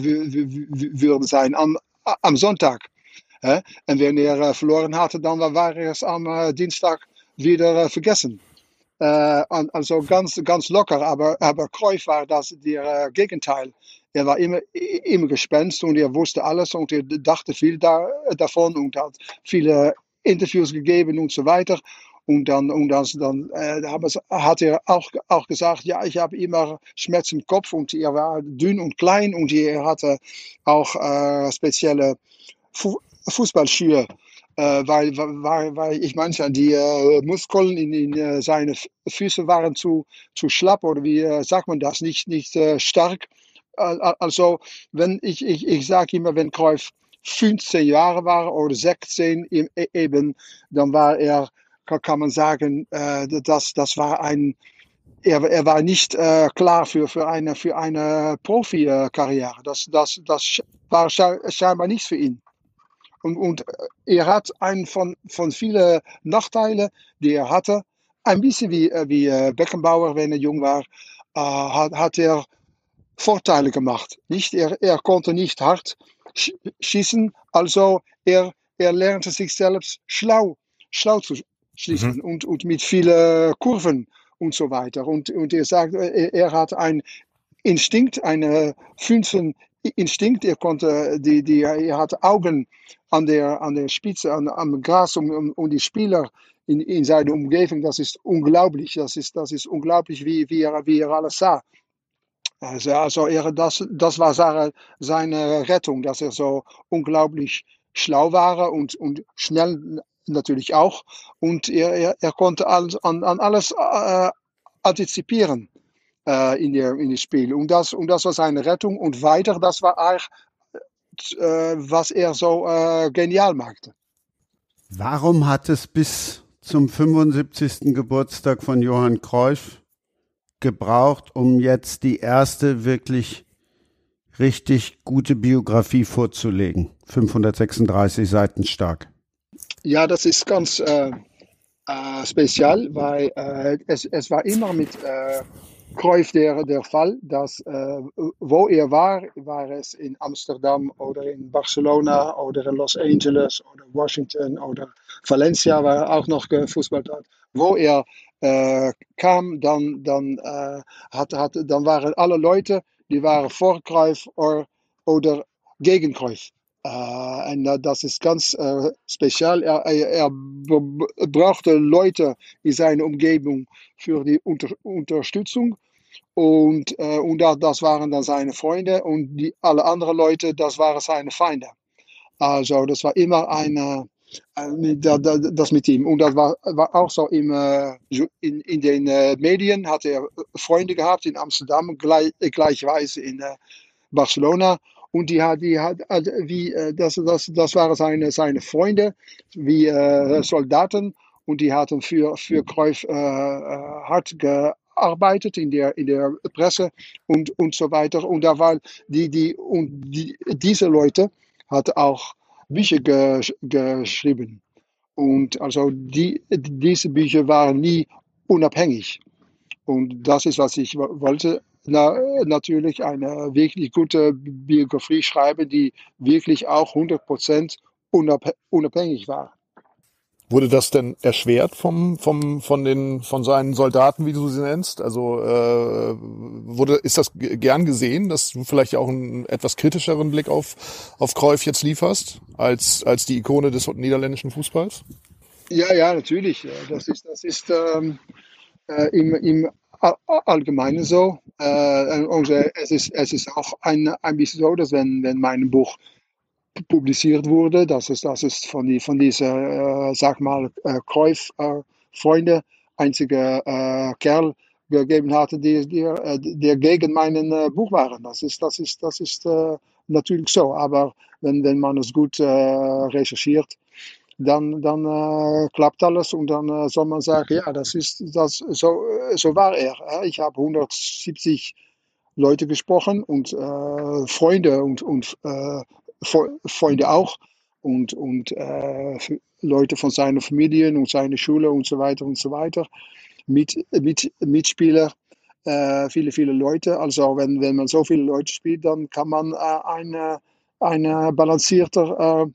würden sein am, am Sonntag. Hè? En wenn er äh, verloren hatte, dann war er es am äh, Dienstag wieder äh, vergessen. Äh, also ganz, ganz locker, aber, aber Cruyff war das der äh, Gegenteil. Er war immer, immer gespenst und er wusste alles und er dachte viel da, davon und hat viele Interviews gegeben und so weiter. Und dann, und das, dann äh, hat er auch, auch gesagt, ja, ich habe immer Schmerz im Kopf und er war dünn und klein und er hatte auch äh, spezielle Fu Fußballschuhe. Äh, weil, weil, weil ich manchmal die äh, Muskeln in, in äh, seine Füße waren zu, zu schlapp oder wie äh, sagt man das, nicht, nicht äh, stark. Äh, also wenn ich, ich, ich sage immer, wenn Cruyff fünfzehn Jahre war oder sechzehn eben, dann war er, kann, kann man sagen, äh, das, das war ein, er, er war nicht äh, klar für, für eine, für eine Profikarriere. Das, das, das war scheinbar nichts für ihn. Und, und er hat einen von, von vielen Nachteilen, die er hatte. Ein bisschen wie, wie Beckenbauer, wenn er jung war, äh, hat, hat er Vorteile gemacht. Nicht? Er, er konnte nicht hart schießen, also er, er lernte sich selbst schlau, schlau zu schießen mhm. und, und mit vielen Kurven und so weiter. Und, und er sagt, er, er hat einen Instinkt, einen fünften Instinkt. Er konnte die, die, er hatte Augen an der, an der Spitze, an, am Gras um, um, um die Spieler in, in seiner Umgebung. Das ist unglaublich. Das ist, das ist unglaublich, wie, wie, er, wie er alles sah. Also, also er, das, das war seine, seine Rettung, dass er so unglaublich schlau war und, und schnell natürlich auch. Und er, er, er konnte alles, an, an alles äh, antizipieren. In, der, in das Spiel. Und das, und das war seine Rettung. Und weiter, das war eigentlich, äh, was er so äh, genial machte. Warum hat es bis zum fünfundsiebzigsten Geburtstag von Johann Cruyff gebraucht, um jetzt die erste wirklich richtig gute Biografie vorzulegen? fünfhundertsechsunddreißig Seiten stark. Ja, das ist ganz äh, äh, speziell, weil äh, es, es war immer mit äh, Cruyff der, der Fall, dass äh, wo er war, war es in Amsterdam oder in Barcelona oder in Los Angeles oder Washington oder Valencia, waar er auch noch gefußballt hat. Wo er äh, kam, dann, dann, äh, hat, hat, dann waren alle Leute, die waren vor Cruyff oder, oder gegen Cruyff. Uh, en uh, dat is ganz uh, speciaal. Er, er, er brauchte Leute in seiner Umgebung für die Unter Unterstützung. Und, uh, und das, das waren dann seine Freunde. Und die, alle anderen Leute, das waren seine Feinde. Also das war immer eine, uh, das mit ihm. Und das war, war auch so im, uh, in, in den uh, Medien. Hat er Freunde gehabt in Amsterdam, gleich, gleichweise in uh, Barcelona. Und die hat, die hat, wie, das, das, das waren seine, seine Freunde, wie äh, Soldaten. Und die hatten für, für Cruyff äh, hart gearbeitet in der, in der Presse und, und so weiter. Und da war die, die, und die, diese Leute hatten auch Bücher ge geschrieben. Und also die, diese Bücher waren nie unabhängig. Und das ist, was ich wollte. Na, natürlich eine wirklich gute Biografie schreiben, die wirklich auch hundert Prozent unabh unabhängig war. Wurde das denn erschwert vom, vom, von den, von seinen Soldaten, wie du sie nennst? Also, äh, wurde, ist das gern gesehen, dass du vielleicht auch einen etwas kritischeren Blick auf, auf Cruyff jetzt lieferst, als, als die Ikone des niederländischen Fußballs? Ja, ja, natürlich. Das ist, das ist ähm, äh, im, im Allgemeinen so. Äh, und es ist, es ist auch ein, ein bisschen so, dass wenn, wenn mein Buch publiziert wurde, dass es, dass es von, die, von dieser, äh, sag mal, äh, Cruyff-Freunde, äh, einzige äh, Kerl gegeben hatte, die, die, äh, die gegen meinen äh, Buch waren. Das ist, das ist, das ist äh, natürlich so. Aber wenn, wenn man es gut äh, recherchiert, dann, dann äh, klappt alles und dann äh, soll man sagen, ja, das ist, das, so, so war er. Ich habe hundertsiebzig Leute gesprochen und äh, Freunde und, und äh, Freunde auch und, und äh, Leute von seiner Familie und seiner Schule und so weiter und so weiter. Mit, mit, Mitspieler, äh, viele, viele Leute. Also wenn, wenn man so viele Leute spielt, dann kann man äh, eine, eine balancierte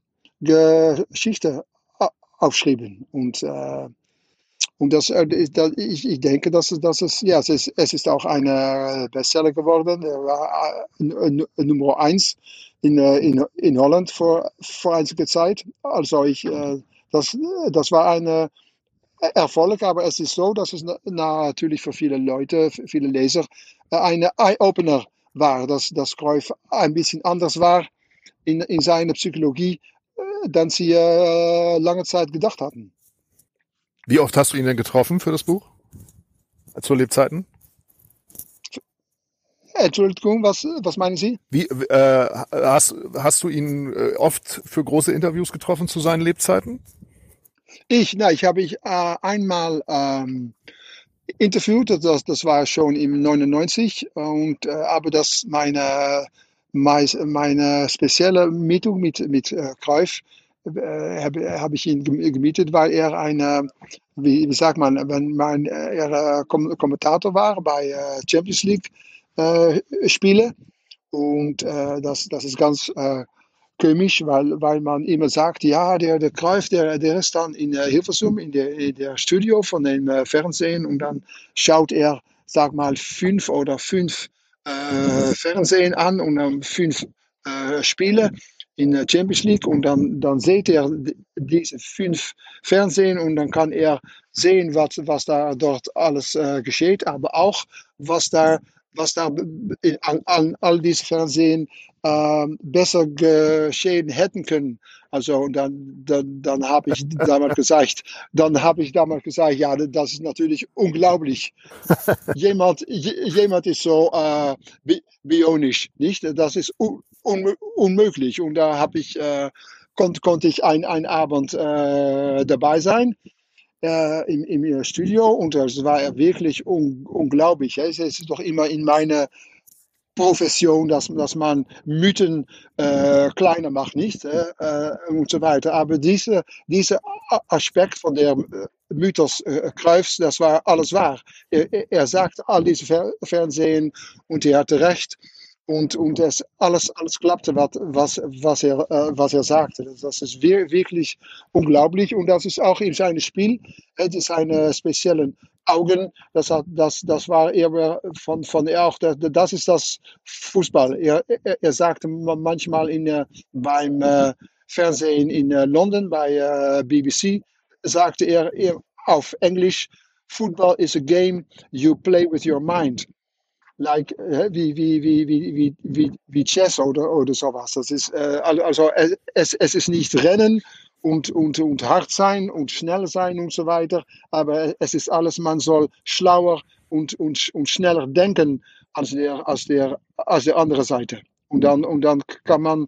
äh, Geschichte aufschreiben. Und äh, Und das, äh, das, ich, ich denke, dass es, dass es, ja, es ist, es ist auch eine Bestseller geworden. Er war äh, Nummer eins in, äh, in, in Holland vor, vor einiger Zeit. Also ich, äh, das, das war ein Erfolg, aber es ist so, dass es na, natürlich für viele Leute, für viele Leser, äh, ein Eye-Opener war, dass, dass Cruyff ein bisschen anders war in, in seiner Psychologie, äh, dann sie äh, lange Zeit gedacht hatten. Wie oft hast du ihn denn getroffen für das Buch? Zu Lebzeiten? Entschuldigung, was, was meinen Sie? Wie, äh, hast, hast du ihn oft für große Interviews getroffen zu seinen Lebzeiten? Ich, na, ich habe ich äh, einmal ähm, interviewt, das, das war schon im neunundneunzig, und, äh, aber das meine, meine spezielle Mietung mit, mit äh, Cruyff äh, habe hab ich ihn gemietet, weil er eine, wie, wie sagt man, wenn man er Kommentator war bei äh, Champions League äh, Spiele, und äh, das, das ist ganz äh, komisch, weil, weil man immer sagt, ja, der, der Cruyff, der, der ist dann in äh, Hilversum, in der, in der Studio von dem äh, Fernsehen, und dann schaut er, sag mal, fünf oder fünf äh, Fernsehen an und dann fünf äh, Spiele in der Champions League, und dann, dann sieht er diese fünf Fernsehen und dann kann er sehen, was, was da dort alles äh, geschieht, aber auch, was da was da in, an, an all diese Fernsehen äh, besser geschehen hätten können. Also dann, dann, dann habe ich damals gesagt, dann habe ich damals gesagt, ja, das ist natürlich unglaublich. Jemand, jemand ist so äh, bi bionisch, nicht? Das ist un un unmöglich. Und da habe ich, äh, konnte, konnte ich ein, ein Abend äh, dabei sein. Äh, im, im Studio, und das war wirklich un, unglaublich. Es ist doch immer in meiner Profession, dass, dass man Mythen äh, kleiner macht, nicht? Äh, und so weiter. Aber diese, dieser Aspekt von der äh, Mythos äh, Cruyffs, das war alles wahr. Er, er sagt all diese Fer Fernsehen und er hatte recht. Und, und das alles, alles klappte, was, was, er, äh, was er sagte. Das ist wirklich unglaublich. Und das ist auch in seinem Spiel. Es ist seine speziellen Augen. Das, hat, das, das war eher von, von er auch, das ist das Fußball. Er, er, er sagte manchmal in, äh, beim äh, Fernsehen in äh, London, bei äh, B B C, sagte er, er auf Englisch, Football is a game you play with your mind. Like, äh, wie, wie, wie, wie, wie, wie Chess oder, oder sowas. Das ist, äh, also es, es ist nicht Rennen und, und, und hart sein und schnell sein und so weiter, aber es ist alles, man soll schlauer und, und, und schneller denken als der, als der, als der andere Seite. Und dann, und dann kann man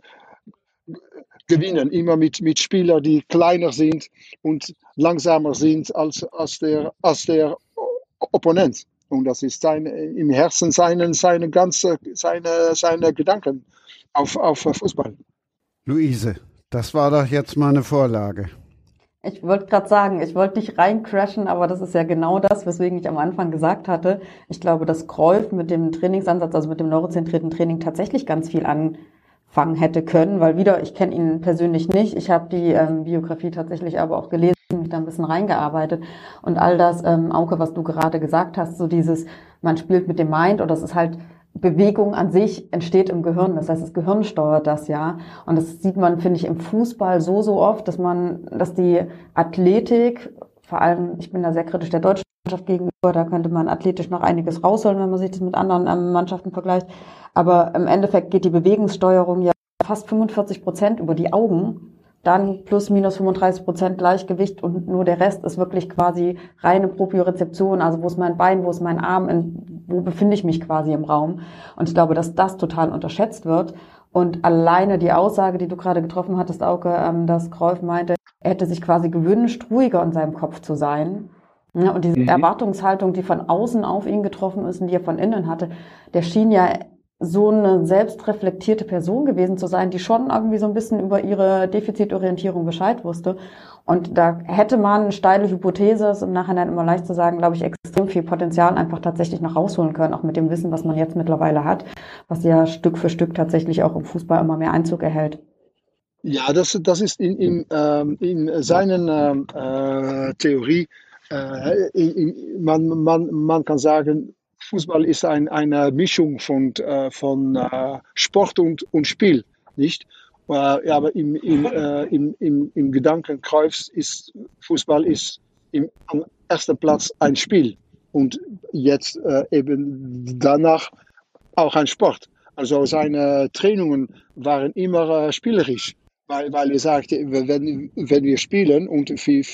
gewinnen, immer mit, mit Spielern, die kleiner sind und langsamer sind als, als, der, als der Opponent. Und das ist sein, im Herzen seine, seine ganze, seine, seine Gedanken auf, auf Fußball. Luise, Das war doch jetzt mal eine Vorlage. Ich wollte gerade sagen, ich wollte nicht reincrashen, aber das ist ja genau das, weswegen ich am Anfang gesagt hatte. Ich glaube, dass Cruyff mit dem Trainingsansatz, also mit dem neurozentrierten Training tatsächlich ganz viel anfangen hätte können, weil wieder, ich kenne ihn persönlich nicht. Ich habe die ähm, Biografie tatsächlich aber auch gelesen, mich da ein bisschen reingearbeitet und all das, ähm, Auke, was du gerade gesagt hast, so dieses, man spielt mit dem Mind oder es ist halt Bewegung an sich entsteht im Gehirn. Das heißt, das Gehirn steuert das ja. Und das sieht man, finde ich, im Fußball so, so oft, dass man, dass die Athletik, vor allem, ich bin da sehr kritisch der deutschen Mannschaft gegenüber, da könnte man athletisch noch einiges rausholen, wenn man sich das mit anderen ähm, Mannschaften vergleicht. Aber im Endeffekt geht die Bewegungssteuerung ja fast fünfundvierzig Prozent über die Augen. Dann plus minus fünfunddreißig Prozent Gleichgewicht und nur der Rest ist wirklich quasi reine Propriorezeption, also wo ist mein Bein, wo ist mein Arm, in, wo befinde ich mich quasi im Raum. Und ich glaube, dass das total unterschätzt wird. Und alleine die Aussage, die du gerade getroffen hattest, Auke, ähm, dass Cruyff meinte, er hätte sich quasi gewünscht, ruhiger in seinem Kopf zu sein. Ja, und diese mhm. Erwartungshaltung, die von außen auf ihn getroffen ist und die er von innen hatte, der schien ja so eine selbstreflektierte Person gewesen zu sein, die schon irgendwie so ein bisschen über ihre Defizitorientierung Bescheid wusste. Und da hätte man, eine steile Hypothese, ist im Nachhinein immer leicht zu sagen, glaube ich, extrem viel Potenzial einfach tatsächlich noch rausholen können, auch mit dem Wissen, was man jetzt mittlerweile hat, was ja Stück für Stück tatsächlich auch im Fußball immer mehr Einzug erhält. Ja, das, das ist in, in, ähm, in seinen ähm, äh, Theorie, äh, in, in, man, man, man kann sagen, Fußball ist ein, eine Mischung von, äh, von äh, Sport und, und Spiel, nicht? Äh, aber im, im, äh, im, im, im Gedanken Cruyffs ist Fußball ist im, am ersten Platz ein Spiel und jetzt äh, eben danach auch ein Sport. Also seine Trainungen waren immer äh, spielerisch, weil, weil er sagte, wenn, wenn wir spielen und viel,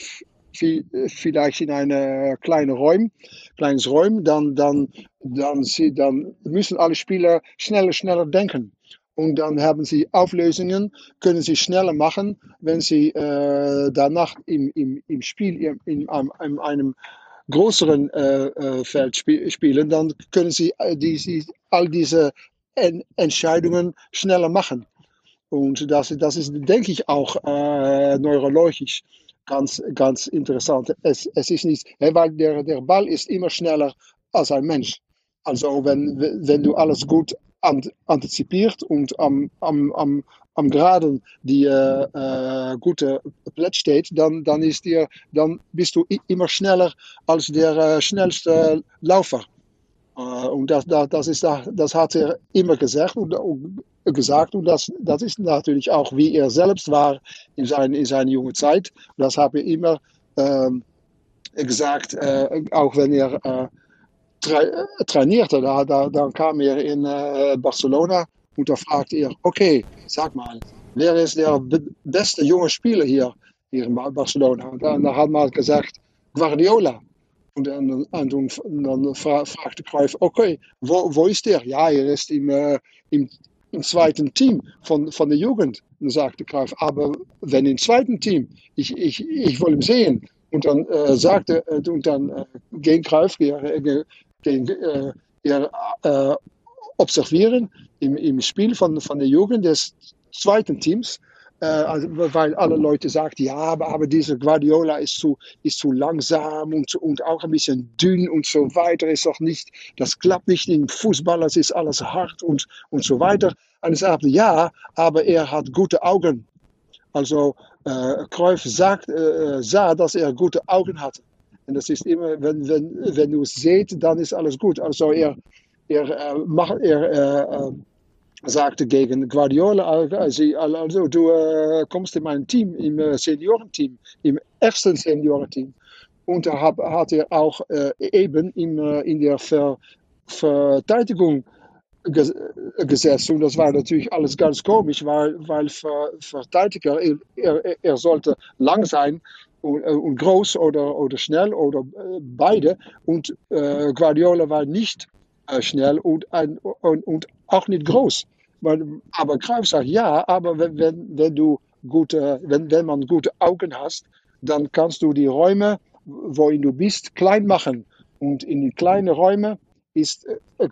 vielleicht in eine kleine Räum, kleines Räum, dann, dann, dann, sie, dann müssen alle Spieler schneller, schneller denken. Und dann haben sie Auflösungen, können sie schneller machen, wenn sie äh, danach im, im, im Spiel in, in, in einem größeren äh, Feld sp spielen, dann können sie äh, die, die, all diese en Entscheidungen schneller machen. Und das, das ist, denke ich, auch äh, neurologisch ganz, ganz interessant. Es, es ist nicht, weil der, der Ball ist immer schneller als ein Mensch. Also wenn, wenn du alles gut antizipiert und am, am, am, am Geraden die äh, äh, gute Platz steht, dann, dann, ist dir, dann bist du immer schneller als der äh, schnellste Laufer. Uh, und das, das, das, ist, das hat er immer gesagt und, und, gesagt und das, das ist natürlich auch, wie er selbst war in, sein, in seiner jungen Zeit. Das habe ich immer ähm, gesagt, äh, auch wenn er äh, tra trainierte. Da, da, dann kam er in äh, Barcelona und da fragte er, okay, sag mal, wer ist der beste junge Spieler hier, hier in Barcelona? Und dann, dann hat man gesagt, Guardiola. Und dann, und dann fragte Cruyff, okay, wo, wo ist der? Ja, er ist im, äh, im, im zweiten Team von, von der Jugend. Und dann sagte Cruyff, aber wenn im zweiten Team, ich, ich, ich will ihn sehen. Und dann äh, sagte, äh, und dann äh, ging Cruyff, äh, ging, äh, er, äh, observieren im, im Spiel von, von der Jugend des zweiten Teams. Äh, also, weil alle Leute sagten, ja, aber, aber dieser Guardiola ist zu, ist zu langsam und, und auch ein bisschen dünn und so weiter. Ist doch nicht, das klappt nicht im Fußball, das ist alles hart und, und so weiter. Und ich sagte, ja, aber er hat gute Augen. Also äh, Cruyff sagt, äh, sah, dass er gute Augen hatte. Und das ist immer, wenn, wenn, wenn du es siehst, dann ist alles gut. Also er, er, äh, macht, er äh, sagte gegen Guardiola, also, also du äh, kommst in mein Team, im äh, Seniorenteam, im ersten Seniorenteam. Und da hat, hat er auch äh, eben in, äh, in der Ver, Verteidigung ges gesetzt. Und das war natürlich alles ganz komisch, weil, weil Ver, Verteidiger, er, er, er sollte lang sein und, äh, und groß oder, oder schnell oder äh, beide. Und äh, Guardiola war nicht schnell und, ein, und, und auch nicht groß. Aber Cruyff sagt, ja, aber wenn, wenn, wenn, du gute, wenn, wenn man gute Augen hast, dann kannst du die Räume, wohin du bist, klein machen. Und in die kleinen Räume ist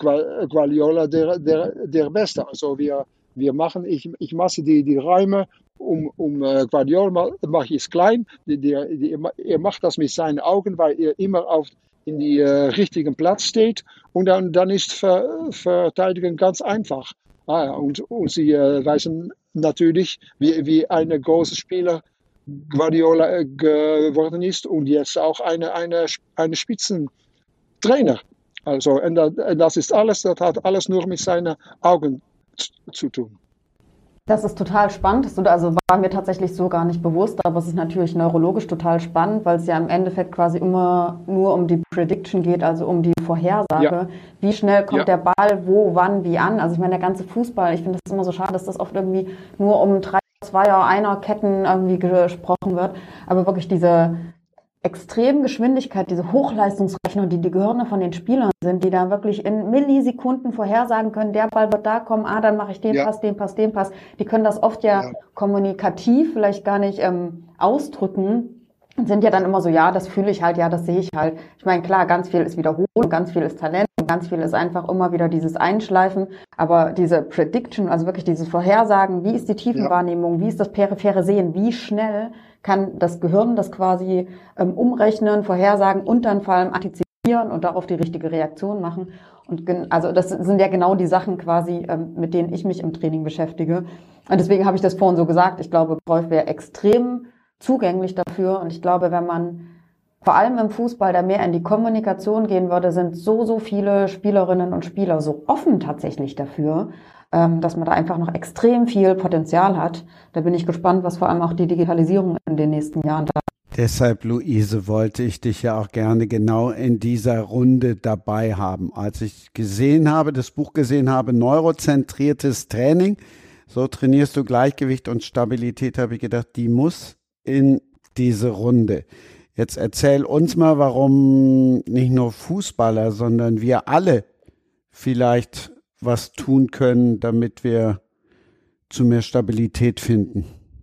Guardiola der, der, der Beste. Also wir, wir machen, ich, ich mache die, die Räume um, um uh, Guardiola mache ich es klein. Die, die, die, er macht das mit seinen Augen, weil er immer auf in die uh, richtigen Platz steht. Und dann, dann ist Ver, Verteidigen ganz einfach. Ah, ja, und, und sie uh, weisen natürlich, wie, wie ein großer Spieler Guardiola geworden ist und jetzt auch eine, eine, eine Spitzentrainer. Also, und das ist alles, das hat alles nur mit seinen Augen zu tun. Das ist total spannend. Also war mir tatsächlich so gar nicht bewusst, aber es ist natürlich neurologisch total spannend, weil es ja im Endeffekt quasi immer nur um die Prediction geht, also um die Vorhersage. Ja. Wie schnell kommt ja. der Ball wo, wann, wie an? Also ich meine, der ganze Fußball, ich finde das immer so schade, dass das oft irgendwie nur um drei, zweier, einer Ketten irgendwie gesprochen wird. Aber wirklich diese extreme Geschwindigkeit, diese Hochleistungsrechnung, die die Gehirne von den Spielern sind, die da wirklich in Millisekunden vorhersagen können, der Ball wird da kommen, ah, dann mache ich den ja. Pass, den Pass, den Pass. Die können das oft ja, ja. kommunikativ vielleicht gar nicht ähm, ausdrücken und sind ja dann immer so, ja, das fühle ich halt, ja, das sehe ich halt. Ich meine, klar, ganz viel ist Wiederholung, ganz viel ist Talent, ganz viel ist einfach immer wieder dieses Einschleifen, aber diese Prediction, also wirklich dieses Vorhersagen, wie ist die Tiefenwahrnehmung, wie ist das periphere Sehen, wie schnell kann das Gehirn das quasi ähm, umrechnen, vorhersagen und dann vor allem antizipieren und darauf die richtige Reaktion machen. Und gen- also das sind ja genau die Sachen quasi, ähm, mit denen ich mich im Training beschäftige. Und deswegen habe ich das vorhin so gesagt. Ich glaube, Cruyff wäre extrem zugänglich dafür. Und ich glaube, wenn man vor allem im Fußball da mehr in die Kommunikation gehen würde, sind so, so viele Spielerinnen und Spieler so offen tatsächlich dafür, dass man da einfach noch extrem viel Potenzial hat. Da bin ich gespannt, was vor allem auch die Digitalisierung in den nächsten Jahren da. Deshalb, Luise, wollte ich dich ja auch gerne genau in dieser Runde dabei haben. Als ich gesehen habe, das Buch gesehen habe, Neurozentriertes Training, so trainierst du Gleichgewicht und Stabilität, habe ich gedacht, die muss in diese Runde. Jetzt erzähl uns mal, warum nicht nur Fußballer, sondern wir alle vielleicht was tun können, damit wir zu mehr Stabilität finden.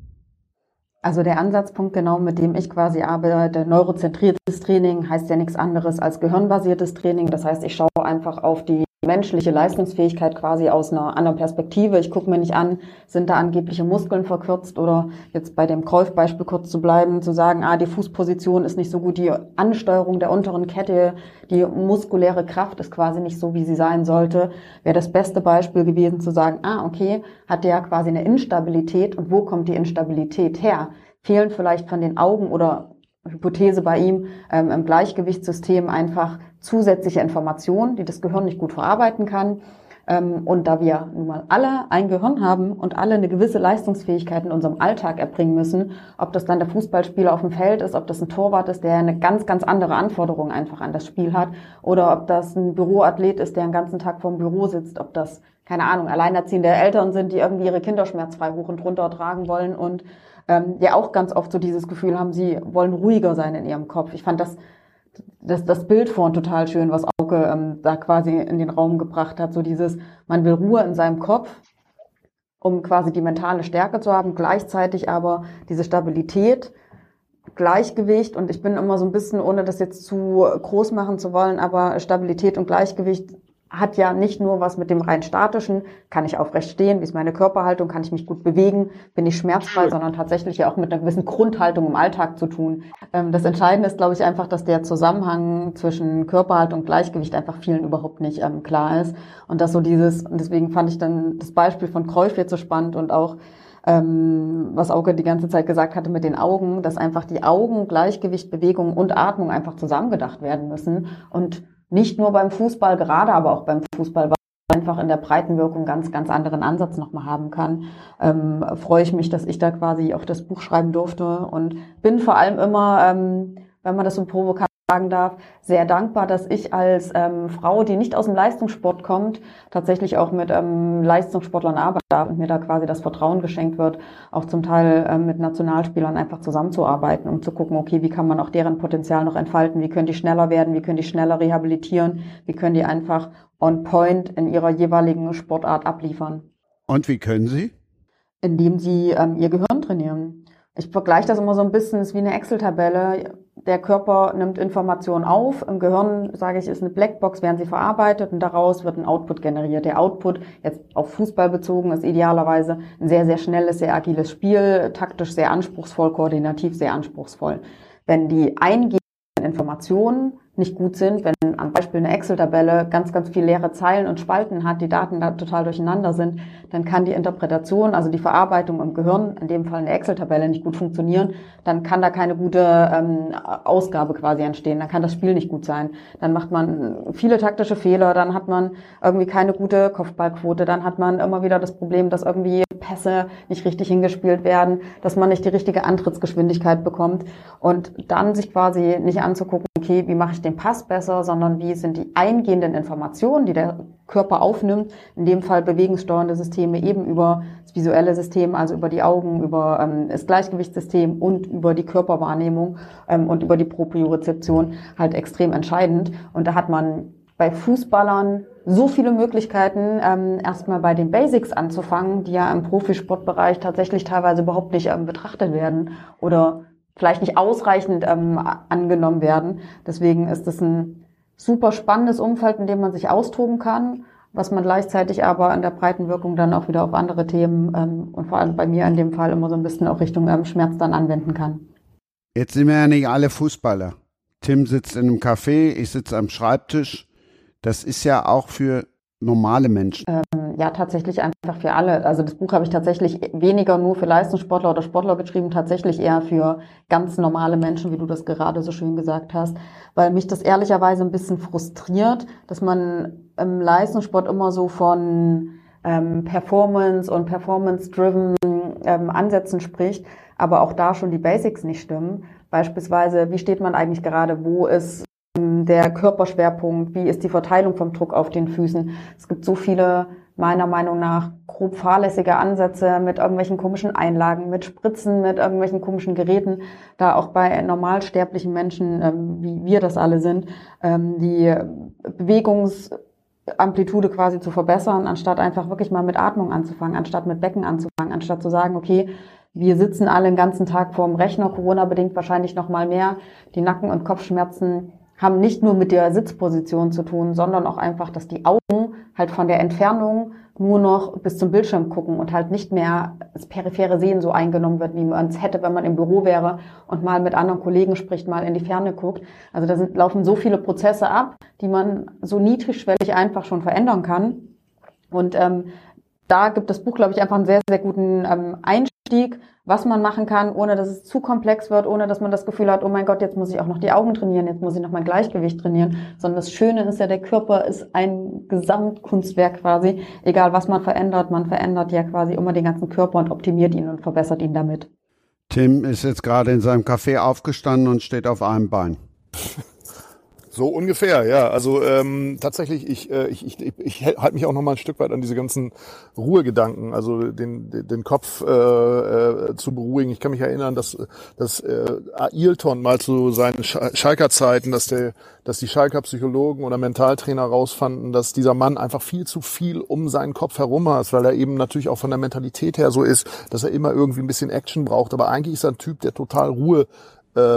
Also der Ansatzpunkt, genau mit dem ich quasi arbeite, neurozentriertes Training heißt ja nichts anderes als gehirnbasiertes Training. Das heißt, ich schaue einfach auf die menschliche Leistungsfähigkeit quasi aus einer anderen Perspektive. Ich gucke mir nicht an, sind da angebliche Muskeln verkürzt oder jetzt bei dem Cruyff-Beispiel kurz zu bleiben, zu sagen, ah, die Fußposition ist nicht so gut, die Ansteuerung der unteren Kette, die muskuläre Kraft ist quasi nicht so, wie sie sein sollte. Wäre das beste Beispiel gewesen zu sagen, ah, okay, hat der ja quasi eine Instabilität und wo kommt die Instabilität her? Fehlen vielleicht von den Augen oder Hypothese bei ihm ähm, im Gleichgewichtssystem einfach zusätzliche Informationen, die das Gehirn nicht gut verarbeiten kann. Ähm, und da wir nun mal alle ein Gehirn haben und alle eine gewisse Leistungsfähigkeit in unserem Alltag erbringen müssen, ob das dann der Fußballspieler auf dem Feld ist, ob das ein Torwart ist, der eine ganz, ganz andere Anforderung einfach an das Spiel hat, oder ob das ein Büroathlet ist, der den ganzen Tag vorm Büro sitzt, ob das, keine Ahnung, alleinerziehende Eltern sind, die irgendwie ihre Kinder schmerzfrei hoch und runter tragen wollen und ähm, ja auch ganz oft so dieses Gefühl haben, sie wollen ruhiger sein in ihrem Kopf. Ich fand das das, das Bild vorhin total schön, was Auke ähm, da quasi in den Raum gebracht hat, so dieses, man will Ruhe in seinem Kopf, um quasi die mentale Stärke zu haben, gleichzeitig aber diese Stabilität, Gleichgewicht, und ich bin immer so ein bisschen, ohne das jetzt zu groß machen zu wollen, aber Stabilität und Gleichgewicht hat ja nicht nur was mit dem rein statischen, kann ich aufrecht stehen, wie ist meine Körperhaltung, kann ich mich gut bewegen, bin ich schmerzfrei, sondern tatsächlich ja auch mit einer gewissen Grundhaltung im Alltag zu tun. Das Entscheidende ist, glaube ich, einfach, dass der Zusammenhang zwischen Körperhaltung und Gleichgewicht einfach vielen überhaupt nicht ähm, klar ist. Und dass so dieses, und deswegen fand ich dann das Beispiel von Cruyff jetzt so spannend und auch ähm, was Auke die ganze Zeit gesagt hatte mit den Augen, dass einfach die Augen, Gleichgewicht, Bewegung und Atmung einfach zusammengedacht werden müssen und nicht nur beim Fußball, gerade aber auch beim Fußball, weil man einfach in der Breitenwirkung ganz, ganz anderen Ansatz nochmal haben kann. Ähm, freue ich mich, dass ich da quasi auch das Buch schreiben durfte und bin vor allem immer, ähm, wenn man das so provokant sagen darf, sehr dankbar, dass ich als ähm, Frau, die nicht aus dem Leistungssport kommt, tatsächlich auch mit ähm, Leistungssportlern arbeiten darf und mir da quasi das Vertrauen geschenkt wird, auch zum Teil ähm, mit Nationalspielern einfach zusammenzuarbeiten, um zu gucken, okay, wie kann man auch deren Potenzial noch entfalten, wie können die schneller werden, wie können die schneller rehabilitieren, wie können die einfach on point in ihrer jeweiligen Sportart abliefern. Und wie können sie? Indem sie ähm, ihr Gehirn trainieren. Ich vergleiche das immer so ein bisschen, es ist wie eine Excel-Tabelle. der Körper nimmt Informationen auf. Im Gehirn, sage ich, ist eine Blackbox, werden sie verarbeitet und daraus wird ein Output generiert. Der Output, jetzt auf Fußball bezogen, ist idealerweise ein sehr, sehr schnelles, sehr agiles Spiel, taktisch sehr anspruchsvoll, koordinativ sehr anspruchsvoll. Wenn die eingehenden Informationen nicht gut sind, wenn am Beispiel eine Excel-Tabelle ganz, ganz viele leere Zeilen und Spalten hat, die Daten da total durcheinander sind, dann kann die Interpretation, also die Verarbeitung im Gehirn, in dem Fall eine Excel-Tabelle, nicht gut funktionieren. Dann kann da keine gute ähm, Ausgabe quasi entstehen. Dann kann das Spiel nicht gut sein. Dann macht man viele taktische Fehler, dann hat man irgendwie keine gute Kopfballquote, dann hat man immer wieder das Problem, dass irgendwie Pässe nicht richtig hingespielt werden, dass man nicht die richtige Antrittsgeschwindigkeit bekommt und dann sich quasi nicht anzugucken, okay, wie mache ich den Pass besser, sondern wie sind die eingehenden Informationen, die der Körper aufnimmt, in dem Fall bewegungssteuernde Systeme eben über das visuelle System, also über die Augen, über ähm, das Gleichgewichtssystem und über die Körperwahrnehmung ähm, und über die Propriorezeption halt extrem entscheidend. Und da hat man bei Fußballern so viele Möglichkeiten, ähm, erstmal bei den Basics anzufangen, die ja im Profisportbereich tatsächlich teilweise überhaupt nicht ähm, betrachtet werden oder vielleicht nicht ausreichend ähm, angenommen werden. Deswegen ist es ein super spannendes Umfeld, in dem man sich austoben kann, was man gleichzeitig aber in der breiten Wirkung dann auch wieder auf andere Themen ähm, und vor allem bei mir in dem Fall immer so ein bisschen auch Richtung ähm, Schmerz dann anwenden kann. Jetzt sind wir ja nicht alle Fußballer. Tim sitzt in einem Café, ich sitze am Schreibtisch. Das ist ja auch für normale Menschen. Ähm, ja, tatsächlich einfach für alle. Also das Buch habe ich tatsächlich weniger nur für Leistungssportler oder Sportler geschrieben, tatsächlich eher für ganz normale Menschen, wie du das gerade so schön gesagt hast, weil mich das ehrlicherweise ein bisschen frustriert, dass man im Leistungssport immer so von ähm, Performance und Performance-driven ähm, Ansätzen spricht, aber auch da schon die Basics nicht stimmen. Beispielsweise, wie steht man eigentlich gerade, wo ist der Körperschwerpunkt, wie ist die Verteilung vom Druck auf den Füßen. Es gibt so viele, meiner Meinung nach, grob fahrlässige Ansätze mit irgendwelchen komischen Einlagen, mit Spritzen, mit irgendwelchen komischen Geräten, da auch bei normalsterblichen Menschen, ähm, wie wir das alle sind, ähm, die Bewegungsamplitude quasi zu verbessern, anstatt einfach wirklich mal mit Atmung anzufangen, anstatt mit Becken anzufangen, anstatt zu sagen, okay, wir sitzen alle den ganzen Tag vorm Rechner, Corona-bedingt wahrscheinlich noch mal mehr, die Nacken- und Kopfschmerzen haben nicht nur mit der Sitzposition zu tun, sondern auch einfach, dass die Augen halt von der Entfernung nur noch bis zum Bildschirm gucken und halt nicht mehr das periphere Sehen so eingenommen wird, wie man es hätte, wenn man im Büro wäre und mal mit anderen Kollegen spricht, mal in die Ferne guckt. Also da sind, laufen so viele Prozesse ab, die man so niedrigschwellig einfach schon verändern kann. Und ähm, da gibt das Buch, glaube ich, einfach einen sehr, sehr guten ähm, Einstieg, was man machen kann, ohne dass es zu komplex wird, ohne dass man das Gefühl hat, oh mein Gott, jetzt muss ich auch noch die Augen trainieren, jetzt muss ich noch mein Gleichgewicht trainieren. Sondern das Schöne ist ja, der Körper ist ein Gesamtkunstwerk quasi. Egal, was man verändert, man verändert ja quasi immer den ganzen Körper und optimiert ihn und verbessert ihn damit. Tim ist jetzt gerade in seinem Café aufgestanden und steht auf einem Bein. So ungefähr, ja. Also ähm, tatsächlich, ich, äh, ich, ich, ich halte mich auch noch mal ein Stück weit an diese ganzen Ruhegedanken, also den, den Kopf äh, äh, zu beruhigen. Ich kann mich erinnern, dass, dass äh, Ailton mal zu seinen Schalker Zeiten, dass der, dass die Schalker Psychologen oder Mentaltrainer rausfanden, dass dieser Mann einfach viel zu viel um seinen Kopf herum hat, weil er eben natürlich auch von der Mentalität her so ist, dass er immer irgendwie ein bisschen Action braucht. Aber eigentlich ist er ein Typ, der total Ruhe Äh,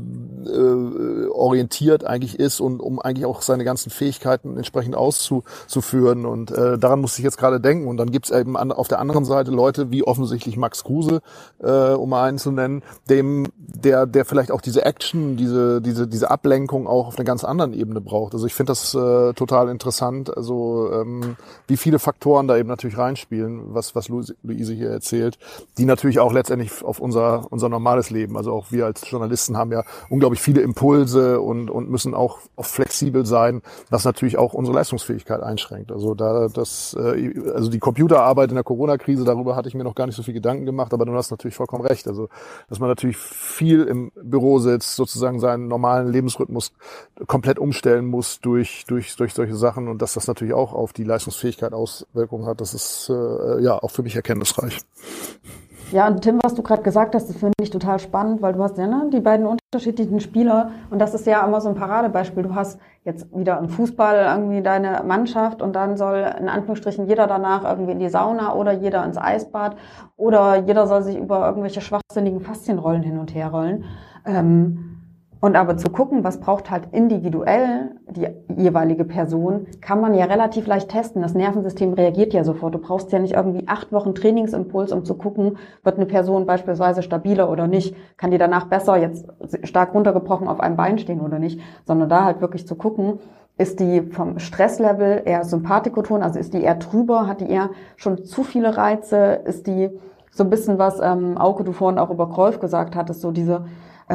äh, orientiert eigentlich ist und um eigentlich auch seine ganzen Fähigkeiten entsprechend auszuführen und äh, daran musste ich jetzt gerade denken und dann gibt's eben an, auf der anderen Seite Leute wie offensichtlich Max Kruse, äh, um mal einen zu nennen, dem der der vielleicht auch diese Action, diese diese diese Ablenkung auch auf einer ganz anderen Ebene braucht. Also ich finde das äh, total interessant, also ähm, wie viele Faktoren da eben natürlich reinspielen, was was Luise hier erzählt, die natürlich auch letztendlich auf unser unser normales Leben, also auch wir als Journalisten Journalisten haben ja unglaublich viele Impulse und, und müssen auch, auch flexibel sein, was natürlich auch unsere Leistungsfähigkeit einschränkt. Also da das, also die Computerarbeit in der Corona-Krise, darüber hatte ich mir noch gar nicht so viel Gedanken gemacht, aber du hast natürlich vollkommen recht. Also dass man natürlich viel im Büro sitzt, sozusagen seinen normalen Lebensrhythmus komplett umstellen muss durch durch durch solche Sachen und dass das natürlich auch auf die Leistungsfähigkeit Auswirkungen hat. Das ist äh, ja auch für mich erkenntnisreich. Ja, und Tim, was du gerade gesagt hast, das finde ich total spannend, weil du hast ja ne, die beiden unterschiedlichen Spieler und das ist ja immer so ein Paradebeispiel. Du hast jetzt wieder im Fußball irgendwie deine Mannschaft und dann soll in Anführungsstrichen jeder danach irgendwie in die Sauna oder jeder ins Eisbad oder jeder soll sich über irgendwelche schwachsinnigen Faszienrollen hin und her rollen. Ähm, Und aber zu gucken, was braucht halt individuell die jeweilige Person, kann man ja relativ leicht testen. Das Nervensystem reagiert ja sofort. Du brauchst ja nicht irgendwie acht Wochen Trainingsimpuls, um zu gucken, wird eine Person beispielsweise stabiler oder nicht, kann die danach besser jetzt stark runtergebrochen auf einem Bein stehen oder nicht, sondern da halt wirklich zu gucken, ist die vom Stresslevel eher Sympathikoton, also ist die eher trüber, hat die eher schon zu viele Reize, ist die so ein bisschen, was ähm, Auke, du vorhin auch über Cruyff gesagt hattest, so diese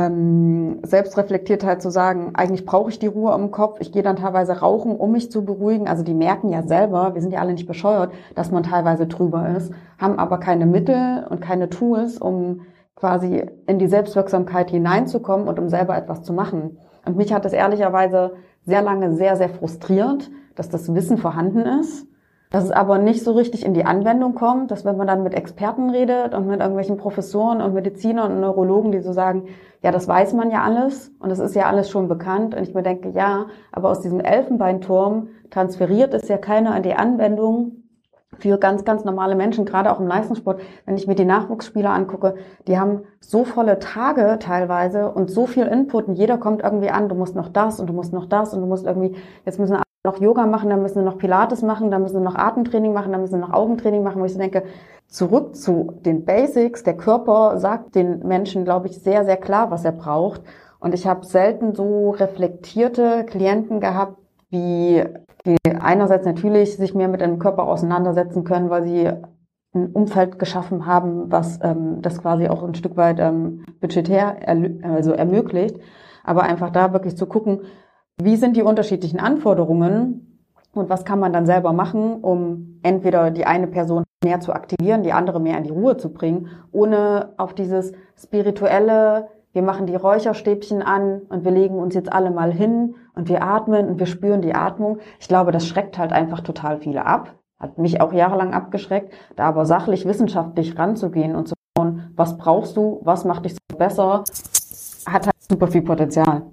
ähm, Selbstreflektiertheit zu sagen, eigentlich brauche ich die Ruhe im Kopf, ich gehe dann teilweise rauchen, um mich zu beruhigen, also die merken ja selber, wir sind ja alle nicht bescheuert, dass man teilweise drüber ist, haben aber keine Mittel und keine Tools, um quasi in die Selbstwirksamkeit hineinzukommen und um selber etwas zu machen. Und mich hat das ehrlicherweise sehr lange sehr, sehr frustriert, dass das Wissen vorhanden ist, dass es aber nicht so richtig in die Anwendung kommt, dass wenn man dann mit Experten redet und mit irgendwelchen Professoren und Medizinern und Neurologen, die so sagen, ja, das weiß man ja alles und das ist ja alles schon bekannt. Und ich mir denke, ja, aber aus diesem Elfenbeinturm transferiert es ja keiner in die Anwendung für ganz, ganz normale Menschen, gerade auch im Leistungssport. Wenn ich mir die Nachwuchsspieler angucke, die haben so volle Tage teilweise und so viel Input und jeder kommt irgendwie an, du musst noch das und du musst noch das und du musst irgendwie, jetzt müssen wir noch Yoga machen, dann müssen wir noch Pilates machen, dann müssen wir noch Atemtraining machen, dann müssen wir noch Augentraining machen, wo ich so denke, zurück zu den Basics. Der Körper sagt den Menschen, glaube ich, sehr, sehr klar, was er braucht. Und ich habe selten so reflektierte Klienten gehabt, wie die einerseits natürlich sich mehr mit dem Körper auseinandersetzen können, weil sie ein Umfeld geschaffen haben, was ähm, das quasi auch ein Stück weit ähm, budgetär erl- also ermöglicht. Aber einfach da wirklich zu gucken, wie sind die unterschiedlichen Anforderungen und was kann man dann selber machen, um entweder die eine Person mehr zu aktivieren, die andere mehr in die Ruhe zu bringen, ohne auf dieses spirituelle, wir machen die Räucherstäbchen an und wir legen uns jetzt alle mal hin und wir atmen und wir spüren die Atmung. Ich glaube, das schreckt halt einfach total viele ab. Hat mich auch jahrelang abgeschreckt, da aber sachlich, wissenschaftlich ranzugehen und zu schauen, was brauchst du, was macht dich so besser, hat halt super viel Potenzial.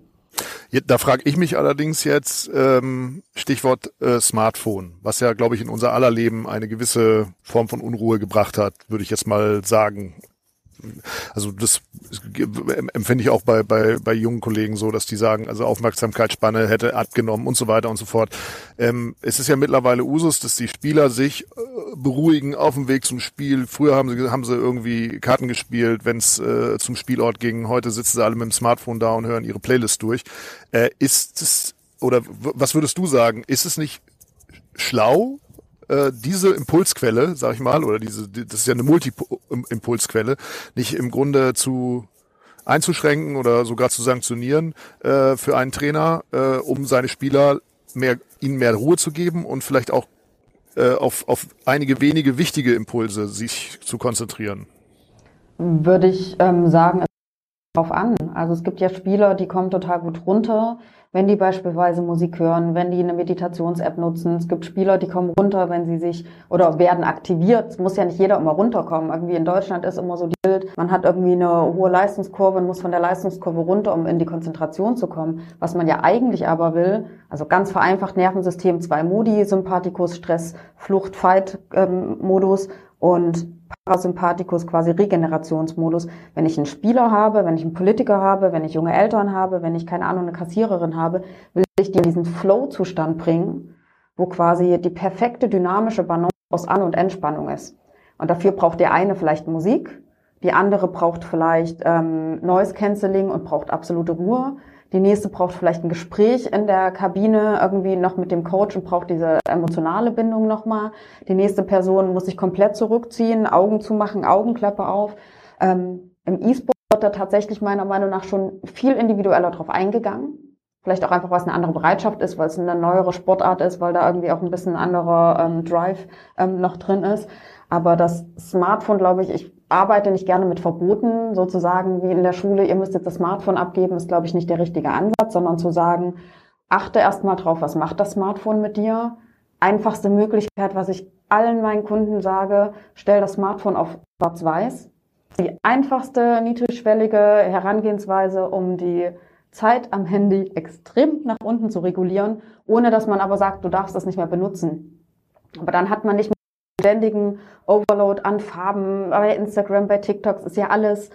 Da frage ich mich allerdings jetzt, ähm, Stichwort äh, Smartphone, was ja, glaube ich, in unser aller Leben eine gewisse Form von Unruhe gebracht hat, würde ich jetzt mal sagen. Also das empfinde ich auch bei, bei, bei jungen Kollegen so, dass die sagen, also Aufmerksamkeitsspanne hätte abgenommen und so weiter und so fort. Ähm, es ist ja mittlerweile Usus, dass die Spieler sich äh, beruhigen auf dem Weg zum Spiel. Früher haben sie, haben sie irgendwie Karten gespielt, wenn es äh, zum Spielort ging. Heute sitzen sie alle mit dem Smartphone da und hören ihre Playlist durch. Äh, ist es, oder w- was würdest du sagen, ist es nicht schlau, diese Impulsquelle, sag ich mal, oder diese, das ist ja eine Multi-Impulsquelle, nicht im Grunde zu einzuschränken oder sogar zu sanktionieren äh, für einen Trainer, äh, um seine Spieler mehr, ihnen mehr Ruhe zu geben und vielleicht auch äh, auf, auf einige wenige wichtige Impulse sich zu konzentrieren? Würde ich ähm, sagen, es kommt drauf an. Also es gibt ja Spieler, die kommen total gut runter, wenn die beispielsweise Musik hören, wenn die eine Meditations-App nutzen. Es gibt Spieler, die kommen runter, wenn sie sich oder werden aktiviert. Es muss ja nicht jeder immer runterkommen. Irgendwie in Deutschland ist immer so die Bild, man hat irgendwie eine hohe Leistungskurve und muss von der Leistungskurve runter, um in die Konzentration zu kommen. Was man ja eigentlich aber will, also ganz vereinfacht Nervensystem, zwei Modi, Sympathikus, Stress, Flucht, Fight-Modus und Parasympathikus, quasi Regenerationsmodus. Wenn ich einen Spieler habe, wenn ich einen Politiker habe, wenn ich junge Eltern habe, wenn ich, keine Ahnung, eine Kassiererin habe, will ich die in diesen Flow-Zustand bringen, wo quasi die perfekte dynamische Balance aus An- und Entspannung ist. Und dafür braucht der eine vielleicht Musik, die andere braucht vielleicht ähm, Noise Cancelling und braucht absolute Ruhe. Die nächste braucht vielleicht ein Gespräch in der Kabine irgendwie noch mit dem Coach und braucht diese emotionale Bindung nochmal. Die nächste Person muss sich komplett zurückziehen, Augen zumachen, Augenklappe auf. Ähm, Im E-Sport wird da tatsächlich meiner Meinung nach schon viel individueller drauf eingegangen. Vielleicht auch einfach, was eine andere Bereitschaft ist, weil es eine neuere Sportart ist, weil da irgendwie auch ein bisschen anderer ähm, Drive ähm, noch drin ist. Aber das Smartphone, glaube ich, ich arbeite nicht gerne mit Verboten, sozusagen wie in der Schule, ihr müsst jetzt das Smartphone abgeben, ist, glaube ich, nicht der richtige Ansatz, sondern zu sagen, achte erst mal drauf, was macht das Smartphone mit dir? Einfachste Möglichkeit, was ich allen meinen Kunden sage, stell das Smartphone auf schwarz-weiß. Die einfachste, niedrigschwellige Herangehensweise, um die Zeit am Handy extrem nach unten zu regulieren, ohne dass man aber sagt, du darfst das nicht mehr benutzen. Aber dann hat man nicht mehr ständigen Overload an Farben, bei Instagram, bei TikToks ist ja alles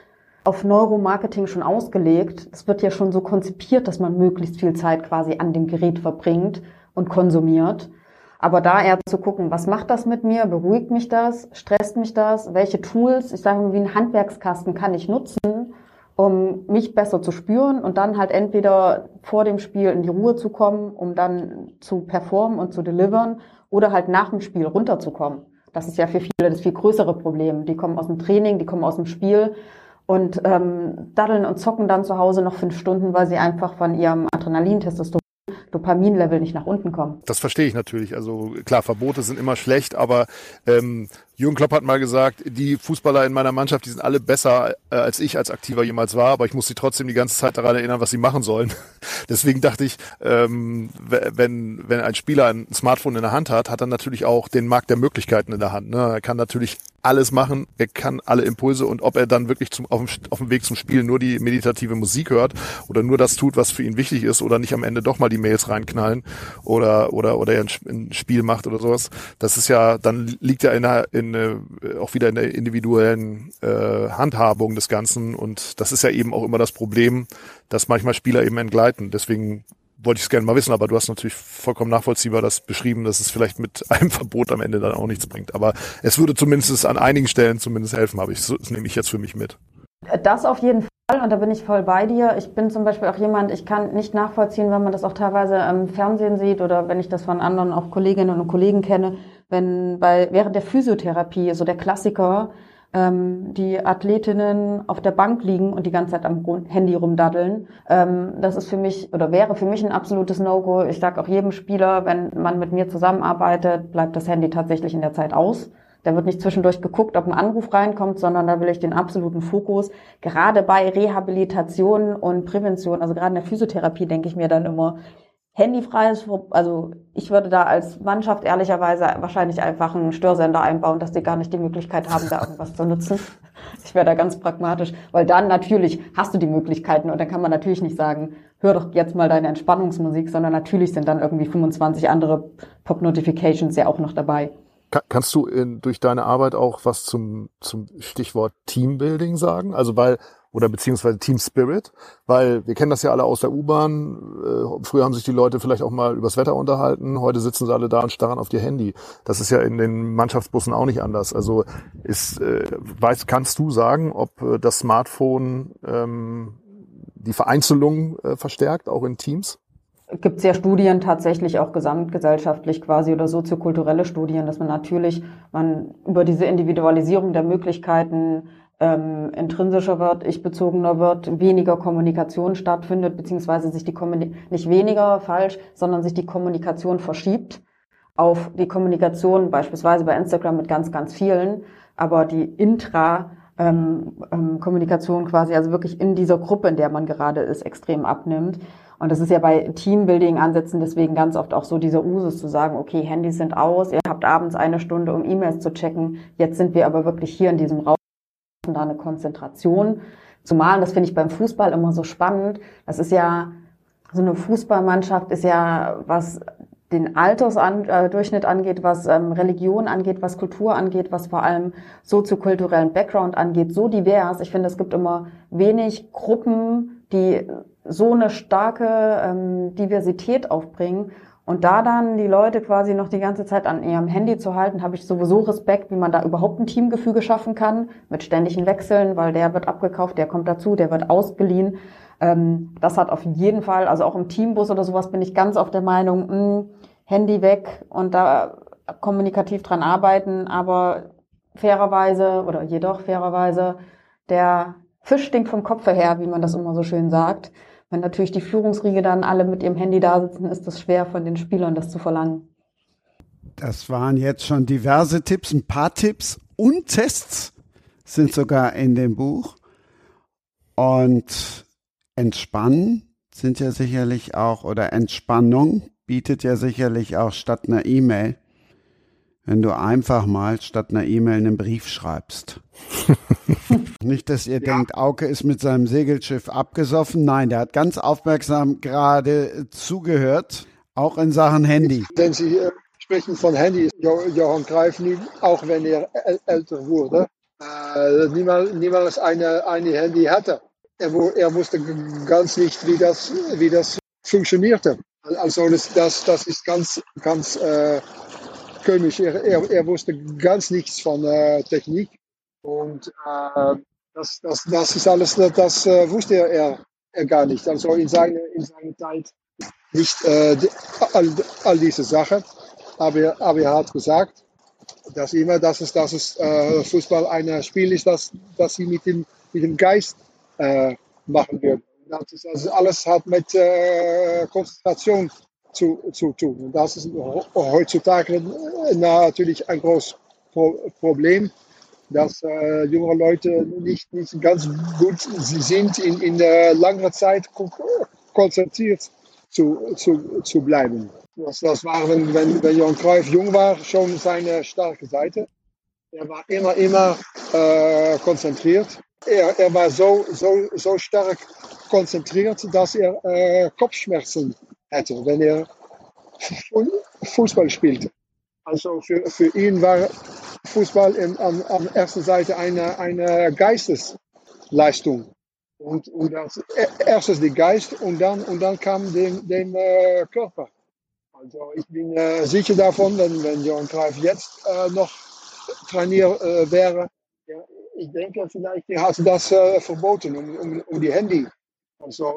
auf Neuromarketing schon ausgelegt. Es wird ja schon so konzipiert, dass man möglichst viel Zeit quasi an dem Gerät verbringt und konsumiert. Aber da eher zu gucken, was macht das mit mir? Beruhigt mich das? Stresst mich das? Welche Tools, ich sage mal, wie ein Handwerkskasten kann ich nutzen, um mich besser zu spüren und dann halt entweder vor dem Spiel in die Ruhe zu kommen, um dann zu performen und zu delivern, oder halt nach dem Spiel runterzukommen. Das ist ja für viele das viel größere Problem. Die kommen aus dem Training, die kommen aus dem Spiel und ähm, daddeln und zocken dann zu Hause noch fünf Stunden, weil sie einfach von ihrem Adrenalin, Testosteron, Dopaminlevel nicht nach unten kommen. Das verstehe ich natürlich. Also klar, Verbote sind immer schlecht, aber ähm, Jürgen Klopp hat mal gesagt, die Fußballer in meiner Mannschaft, die sind alle besser, äh, als ich als Aktiver jemals war, aber ich muss sie trotzdem die ganze Zeit daran erinnern, was sie machen sollen. Deswegen dachte ich, ähm, wenn wenn ein Spieler ein Smartphone in der Hand hat, hat er natürlich auch den Markt der Möglichkeiten in der Hand. Ne? Er kann natürlich alles machen, er kann alle Impulse, und ob er dann wirklich zum, auf, dem, auf dem Weg zum Spiel nur die meditative Musik hört oder nur das tut, was für ihn wichtig ist, oder nicht am Ende doch mal die Mails reinknallen oder oder oder er ein, ein Spiel macht oder sowas, das ist ja, dann liegt er in der, in, äh, auch wieder in der individuellen äh, Handhabung des Ganzen, und das ist ja eben auch immer das Problem, dass manchmal Spieler eben entgleiten. Deswegen wollte ich es gerne mal wissen, aber du hast natürlich vollkommen nachvollziehbar das beschrieben, dass es vielleicht mit einem Verbot am Ende dann auch nichts bringt. Aber es würde zumindest an einigen Stellen zumindest helfen, habe ich, das nehme ich jetzt für mich mit. Das auf jeden Fall, und da bin ich voll bei dir. Ich bin zum Beispiel auch jemand, ich kann nicht nachvollziehen, wenn man das auch teilweise im Fernsehen sieht oder wenn ich das von anderen auch Kolleginnen und Kollegen kenne, wenn bei während der Physiotherapie, so der Klassiker, ähm, die Athletinnen auf der Bank liegen und die ganze Zeit am Handy rumdaddeln. Ähm, das ist für mich oder wäre für mich ein absolutes No-Go. Ich sage auch jedem Spieler, wenn man mit mir zusammenarbeitet, bleibt das Handy tatsächlich in der Zeit aus. Da wird nicht zwischendurch geguckt, ob ein Anruf reinkommt, sondern da will ich den absoluten Fokus. Gerade bei Rehabilitation und Prävention, also gerade in der Physiotherapie, denke ich mir dann immer, handyfreies, also ich würde da als Mannschaft ehrlicherweise wahrscheinlich einfach einen Störsender einbauen, dass die gar nicht die Möglichkeit haben, da irgendwas zu nutzen. Ich wäre da ganz pragmatisch, weil dann natürlich hast du die Möglichkeiten und dann kann man natürlich nicht sagen, hör doch jetzt mal deine Entspannungsmusik, sondern natürlich sind dann irgendwie fünfundzwanzig andere Pop-Notifications ja auch noch dabei. Kannst du in, durch deine Arbeit auch was zum, zum Stichwort Teambuilding sagen? Also weil, oder beziehungsweise Team Spirit? Weil wir kennen das ja alle aus der U-Bahn. Äh, früher haben sich die Leute vielleicht auch mal übers Wetter unterhalten. Heute sitzen sie alle da und starren auf ihr Handy. Das ist ja in den Mannschaftsbussen auch nicht anders. Also ist, äh, weißt, kannst du sagen, ob äh, das Smartphone ähm, die Vereinzelung äh, verstärkt, auch in Teams? Gibt es ja Studien tatsächlich auch gesamtgesellschaftlich quasi oder soziokulturelle Studien, dass man natürlich man über diese Individualisierung der Möglichkeiten ähm, intrinsischer wird, ich-bezogener wird, weniger Kommunikation stattfindet, beziehungsweise sich die Kommuni- nicht weniger falsch, sondern sich die Kommunikation verschiebt auf die Kommunikation beispielsweise bei Instagram mit ganz, ganz vielen, aber die Intra- Ähm, ähm, Kommunikation quasi, also wirklich in dieser Gruppe, in der man gerade ist, extrem abnimmt. Und das ist ja bei Teambuilding-Ansätzen deswegen ganz oft auch so dieser Usus zu sagen, okay, Handys sind aus, ihr habt abends eine Stunde, um E-Mails zu checken, jetzt sind wir aber wirklich hier in diesem Raum, da eine Konzentration zu malen. Das finde ich beim Fußball immer so spannend. Das ist ja, so eine Fußballmannschaft ist ja was den Altersdurchschnitt angeht, was ähm, Religion angeht, was Kultur angeht, was vor allem soziokulturellen Background angeht, so divers. Ich finde, es gibt immer wenig Gruppen, die so eine starke ähm, Diversität aufbringen. Und da dann die Leute quasi noch die ganze Zeit an ihrem Handy zu halten, habe ich sowieso Respekt, wie man da überhaupt ein Teamgefüge schaffen kann, mit ständigen Wechseln, weil der wird abgekauft, der kommt dazu, der wird ausgeliehen. Ähm, das hat auf jeden Fall, also auch im Teambus oder sowas bin ich ganz auf der Meinung, mh, Handy weg und da kommunikativ dran arbeiten, aber fairerweise oder jedoch fairerweise, der Fisch stinkt vom Kopf her, wie man das immer so schön sagt. Wenn natürlich die Führungsriege dann alle mit ihrem Handy da sitzen, ist es schwer von den Spielern, das zu verlangen. Das waren jetzt schon diverse Tipps, ein paar Tipps und Tests sind sogar in dem Buch. Und Entspannen sind ja sicherlich auch, oder Entspannung bietet ja sicherlich auch statt einer E-Mail, wenn du einfach mal statt einer E-Mail einen Brief schreibst. Nicht, dass ihr ja. denkt, Auke ist mit seinem Segelschiff abgesoffen. Nein, der hat ganz aufmerksam gerade zugehört, auch in Sachen Handy. Wenn Sie äh, sprechen von Handy, Johann Cruyff, auch wenn er äl- älter wurde, äh, niemals, niemals eine, eine Handy hatte. Er, er wusste ganz nicht, wie das, wie das funktionierte. Also das, das, das ist ganz, ganz äh, komisch. Er, er, er wusste ganz nichts von äh, Technik. Und äh, das, das, das ist alles, das, das äh, wusste er, er gar nicht. Also in seiner in seine Zeit nicht äh, die, all, all diese Sachen. Aber, aber er hat gesagt, dass immer, dass es, dass es äh, Fußball ein Spiel ist, das, das sie mit dem, mit dem Geist äh, machen würden. Das ist, also alles hat mit äh, Konzentration zu, zu tun. Und das ist heutzutage natürlich ein großes Pro- Problem, dass äh, junge Leute nicht, nicht ganz gut sind, in, in der langen Zeit konzentriert zu, zu, zu bleiben. Das, das war, wenn, wenn, wenn Johan Cruyff jung war, schon seine starke Seite. Er war immer, immer äh, konzentriert. Er, er war so, so, so stark konzentriert, dass er äh, Kopfschmerzen hatte, wenn er Fußball spielte. Also für, für ihn war Fußball in, an, an erster Seite eine, eine Geistesleistung. Und, und das, erstens die Geist und dann, und dann kam dem, dem äh, Körper. Also ich bin äh, sicher davon, wenn, wenn Johan Cruyff jetzt äh, noch Trainier äh, wäre, ja, ich denke vielleicht, er hat das äh, verboten, um, um, um die Handy. Also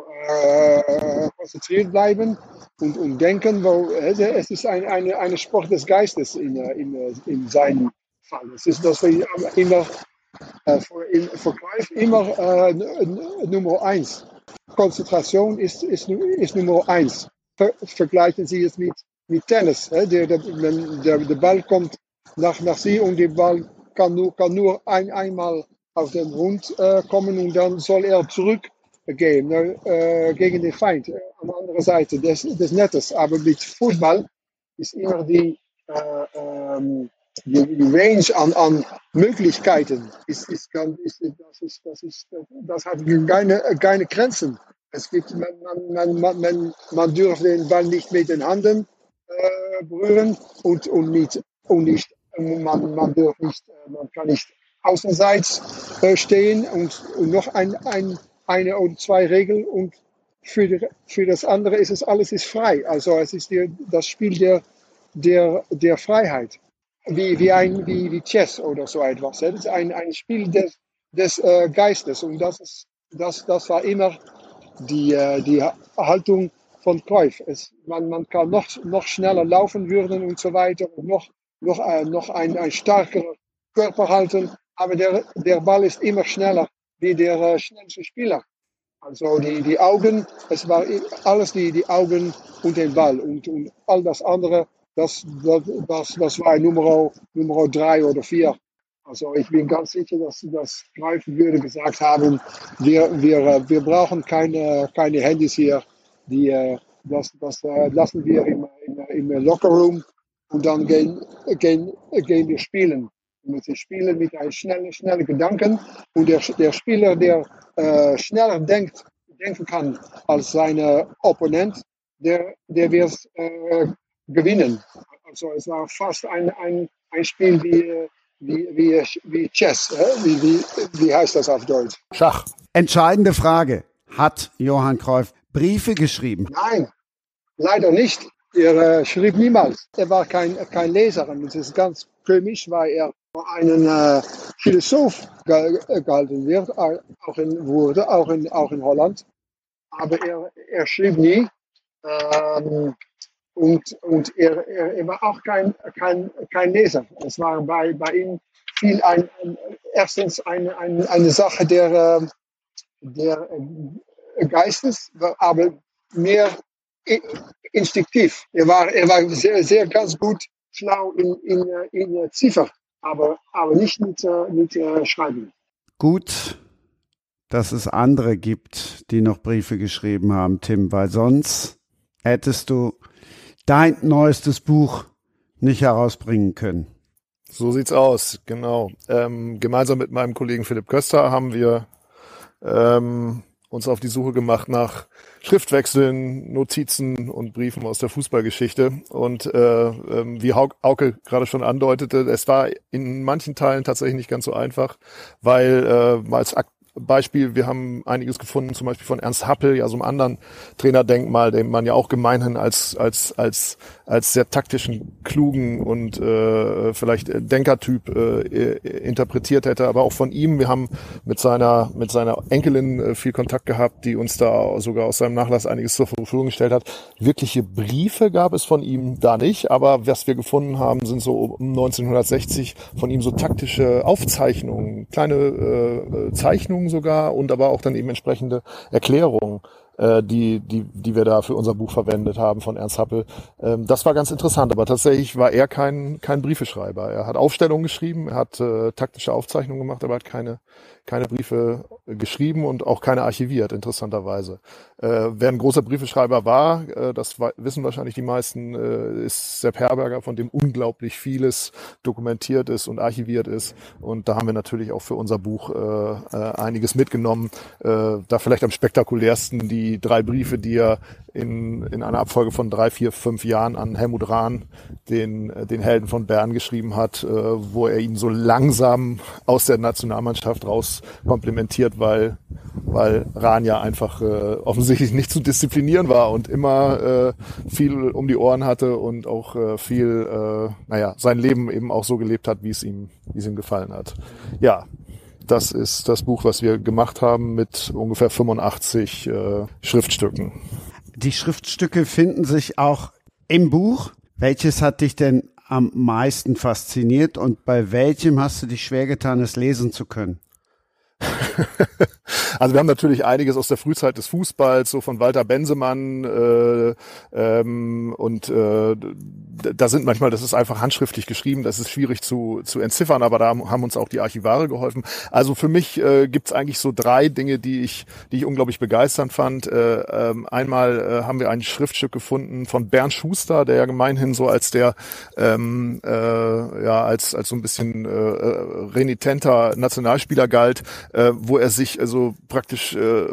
äh, konzentriert bleiben und, und denken, wo, äh, es ist ein, eine, eine Sport des Geistes in, in, in seinem Fall. Es ist das wir immer äh, für, in, für Cruyff immer äh, Nummer eins. Konzentration ist, ist, ist Nummer eins. Ver, vergleichen Sie es mit, mit Tennis. Äh, der, der, der, der Ball kommt nach, nach Sie und der Ball kann nur, kann nur ein, einmal auf den Grund äh, kommen und dann soll er zurückgehen äh, gegen den Feind äh, an der anderen Seite des, des Nettes. Aber mit Fußball ist immer die, äh, ähm, die, die Range an, an Möglichkeiten. Ist, ist, ist, das, ist, das, ist, das hat keine, keine Grenzen. Es gibt, man, man, man, man, man dürft den Ball nicht mit den Händen äh, berühren und, und, nicht, und nicht, man, man, dürft nicht, man kann nicht außenseits äh, stehen und, und noch ein, ein, eine oder zwei Regeln und für, die, für das andere ist es alles ist frei. Also es ist die, das Spiel der, der, der Freiheit. Wie, wie, ein, wie, wie Chess oder so etwas. Das ist ein, ein Spiel des, des äh, Geistes und das, ist, das, das war immer die, äh, die Haltung von Cruyff. Es, man, man kann noch, noch schneller laufen würden und so weiter und noch, noch, äh, noch ein, ein stärkerer Körper halten, aber der, der Ball ist immer schneller wie der äh, schnellste Spieler. Also die, die Augen, es war alles die, die Augen und den Ball und, und all das andere, das, das, das war Nummer, Nummer drei oder vier. Also ich bin ganz sicher, dass, dass Cruyff würde gesagt haben, wir, wir, wir brauchen keine, keine Handys hier, die, das, das lassen wir im, im, im Lockerroom und dann gehen, gehen, gehen wir spielen. Wir spielen mit einem schnellen, schnellen Gedanken und der, der Spieler, der äh, schneller denkt, denken kann als sein Opponent, der, der wird äh, gewinnen. Also es war fast ein, ein, ein Spiel wie, wie, wie, wie Chess. Äh? Wie, wie, wie heißt das auf Deutsch? Schach. Entscheidende Frage. Hat Johan Cruyff Briefe geschrieben? Nein, leider nicht. Er äh, schrieb niemals. Er war kein, kein Leser. Und das ist ganz komisch, weil er einen äh, Philosoph ge gehalten wird, auch in, wurde, auch in, auch in Holland. Aber er, er schrieb nie. Ähm, und und er, er, er war auch kein, kein, kein Leser. Es war bei, bei ihm viel ein, ein, erstens eine, eine, eine Sache der, der Geistes, aber mehr instinktiv. Er war, er war sehr, sehr ganz gut schlau in, in, in Ziffer, aber, aber nicht mit, mit Schreiben. Gut, dass es andere gibt, die noch Briefe geschrieben haben, Tim, weil sonst hättest du dein neuestes Buch nicht herausbringen können. So sieht's aus, genau. Ähm, gemeinsam mit meinem Kollegen Philipp Köster haben wir ähm, uns auf die Suche gemacht nach Schriftwechseln, Notizen und Briefen aus der Fußballgeschichte. Und äh, äh, wie Hauke gerade schon andeutete, es war in manchen Teilen tatsächlich nicht ganz so einfach, weil äh, als Ak- Beispiel, wir haben einiges gefunden, zum Beispiel von Ernst Happel, ja so einem anderen Trainerdenkmal, den man ja auch gemeinhin als als als als sehr taktischen, klugen und äh, vielleicht Denkertyp äh, interpretiert hätte, aber auch von ihm. Wir haben mit seiner mit seiner Enkelin äh, viel Kontakt gehabt, die uns da sogar aus seinem Nachlass einiges zur Verfügung gestellt hat. Wirkliche Briefe gab es von ihm da nicht, aber was wir gefunden haben, sind so um neunzehnhundertsechzig von ihm so taktische Aufzeichnungen, kleine äh, Zeichnungen sogar und aber auch dann eben entsprechende Erklärungen, äh, die die die wir da für unser Buch verwendet haben von Ernst Happel. Ähm, das war ganz interessant, aber tatsächlich war er kein kein Briefeschreiber. Er hat Aufstellungen geschrieben, er hat äh, taktische Aufzeichnungen gemacht, aber er hat keine keine Briefe geschrieben und auch keine archiviert, interessanterweise. Äh, wer ein großer Briefeschreiber war, äh, das wissen wahrscheinlich die meisten, äh, ist Sepp Herberger, von dem unglaublich vieles dokumentiert ist und archiviert ist. Und da haben wir natürlich auch für unser Buch äh, äh, einiges mitgenommen. Äh, da vielleicht am spektakulärsten die drei Briefe, die er in, in einer Abfolge von drei, vier, fünf Jahren an Helmut Rahn, den, den Helden von Bern, geschrieben hat, äh, wo er ihn so langsam aus der Nationalmannschaft raus komplimentiert, weil weil Rahn ja einfach äh, offensichtlich nicht zu disziplinieren war und immer äh, viel um die Ohren hatte und auch äh, viel, äh, naja, sein Leben eben auch so gelebt hat, wie es ihm, wie es ihm gefallen hat. Ja, das ist das Buch, was wir gemacht haben mit ungefähr fünfundachtzig äh, Schriftstücken. Die Schriftstücke finden sich auch im Buch. Welches hat dich denn am meisten fasziniert und bei welchem hast du dich schwer getan, es lesen zu können? Also wir haben natürlich einiges aus der Frühzeit des Fußballs, so von Walter Bensemann äh, ähm, und äh, da sind manchmal, das ist einfach handschriftlich geschrieben, das ist schwierig zu zu entziffern, aber da haben uns auch die Archivare geholfen. Also für mich äh, gibt's eigentlich so drei Dinge, die ich die ich unglaublich begeisternd fand. Äh, äh, einmal äh, haben wir ein Schriftstück gefunden von Bernd Schuster, der ja gemeinhin so als der ähm, äh, ja als als so ein bisschen äh, renitenter Nationalspieler galt, äh, wo er sich also praktisch äh,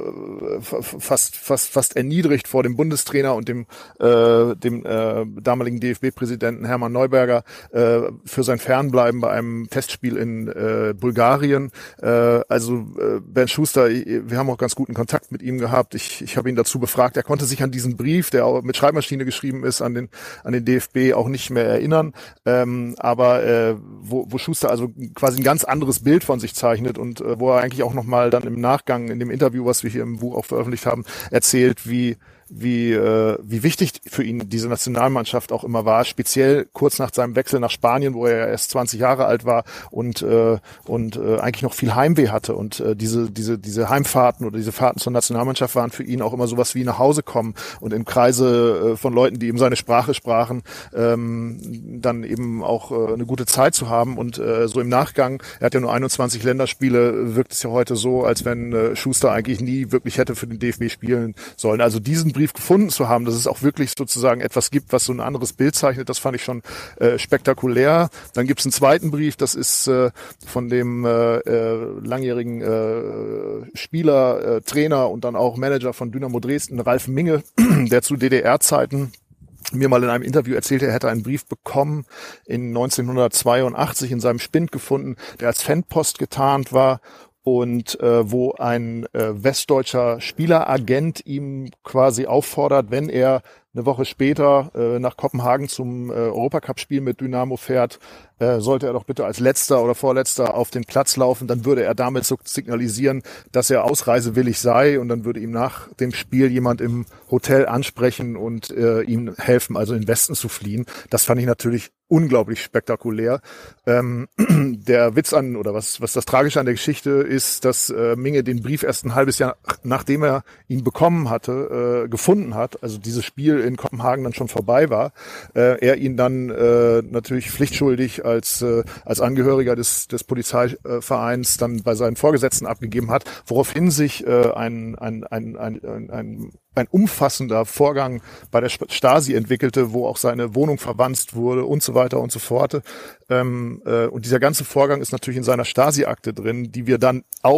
fast fast fast erniedrigt vor dem Bundestrainer und dem äh, dem äh, damaligen D F B-Präsidenten Hermann Neuberger äh, für sein Fernbleiben bei einem Testspiel in äh, Bulgarien. Äh, also äh, Bernd Schuster, wir haben auch ganz guten Kontakt mit ihm gehabt. Ich ich habe ihn dazu befragt. Er konnte sich an diesen Brief, der auch mit Schreibmaschine geschrieben ist, an den an den D F B auch nicht mehr erinnern. Ähm, aber äh, wo, wo Schuster also quasi ein ganz anderes Bild von sich zeichnet und äh, wo er eigentlich auch nochmal dann im Nachgang in dem Interview, was wir hier im Buch auch veröffentlicht haben, erzählt, wie wie äh, wie wichtig für ihn diese Nationalmannschaft auch immer war, speziell kurz nach seinem Wechsel nach Spanien, wo er erst zwanzig Jahre alt war und äh, und äh, eigentlich noch viel Heimweh hatte und äh, diese diese diese Heimfahrten oder diese Fahrten zur Nationalmannschaft waren für ihn auch immer sowas wie nach Hause kommen und im Kreise äh, von Leuten, die eben seine Sprache sprachen, ähm, dann eben auch äh, eine gute Zeit zu haben und äh, so im Nachgang, er hat ja nur einundzwanzig Länderspiele, wirkt es ja heute so, als wenn äh, Schuster eigentlich nie wirklich hätte für den D F B spielen sollen. Also diesen Brief gefunden zu haben, dass es auch wirklich sozusagen etwas gibt, was so ein anderes Bild zeichnet, das fand ich schon äh, spektakulär. Dann gibt es einen zweiten Brief, das ist äh, von dem äh, äh, langjährigen äh, Spieler, äh, Trainer und dann auch Manager von Dynamo Dresden, Ralf Minge, der zu D D R-Zeiten mir mal in einem Interview erzählte, er hätte einen Brief bekommen in neunzehnhundertzweiundachtzig in seinem Spind gefunden, der als Fanpost getarnt war und äh, wo ein äh, westdeutscher Spieleragent ihm quasi auffordert, wenn er eine Woche später äh, nach Kopenhagen zum äh, Europacup-Spiel mit Dynamo fährt, äh, sollte er doch bitte als Letzter oder Vorletzter auf den Platz laufen, dann würde er damit so signalisieren, dass er ausreisewillig sei und dann würde ihm nach dem Spiel jemand im Hotel ansprechen und äh, ihm helfen, also in den Westen zu fliehen. Das fand ich natürlich unglaublich spektakulär. Ähm, der Witz an, oder was, was das Tragische an der Geschichte ist, dass äh, Minge den Brief erst ein halbes Jahr, nachdem er ihn bekommen hatte, äh, gefunden hat, also dieses Spiel in Kopenhagen dann schon vorbei war, äh, er ihn dann äh, natürlich pflichtschuldig als äh, als Angehöriger des des Polizeivereins dann bei seinen Vorgesetzten abgegeben hat, woraufhin sich äh, ein, ein, ein, ein, ein, ein ein umfassender Vorgang bei der Stasi entwickelte, wo auch seine Wohnung verwanzt wurde und so weiter und so fort. Ähm, äh, und dieser ganze Vorgang ist natürlich in seiner Stasi-Akte drin, die wir dann auch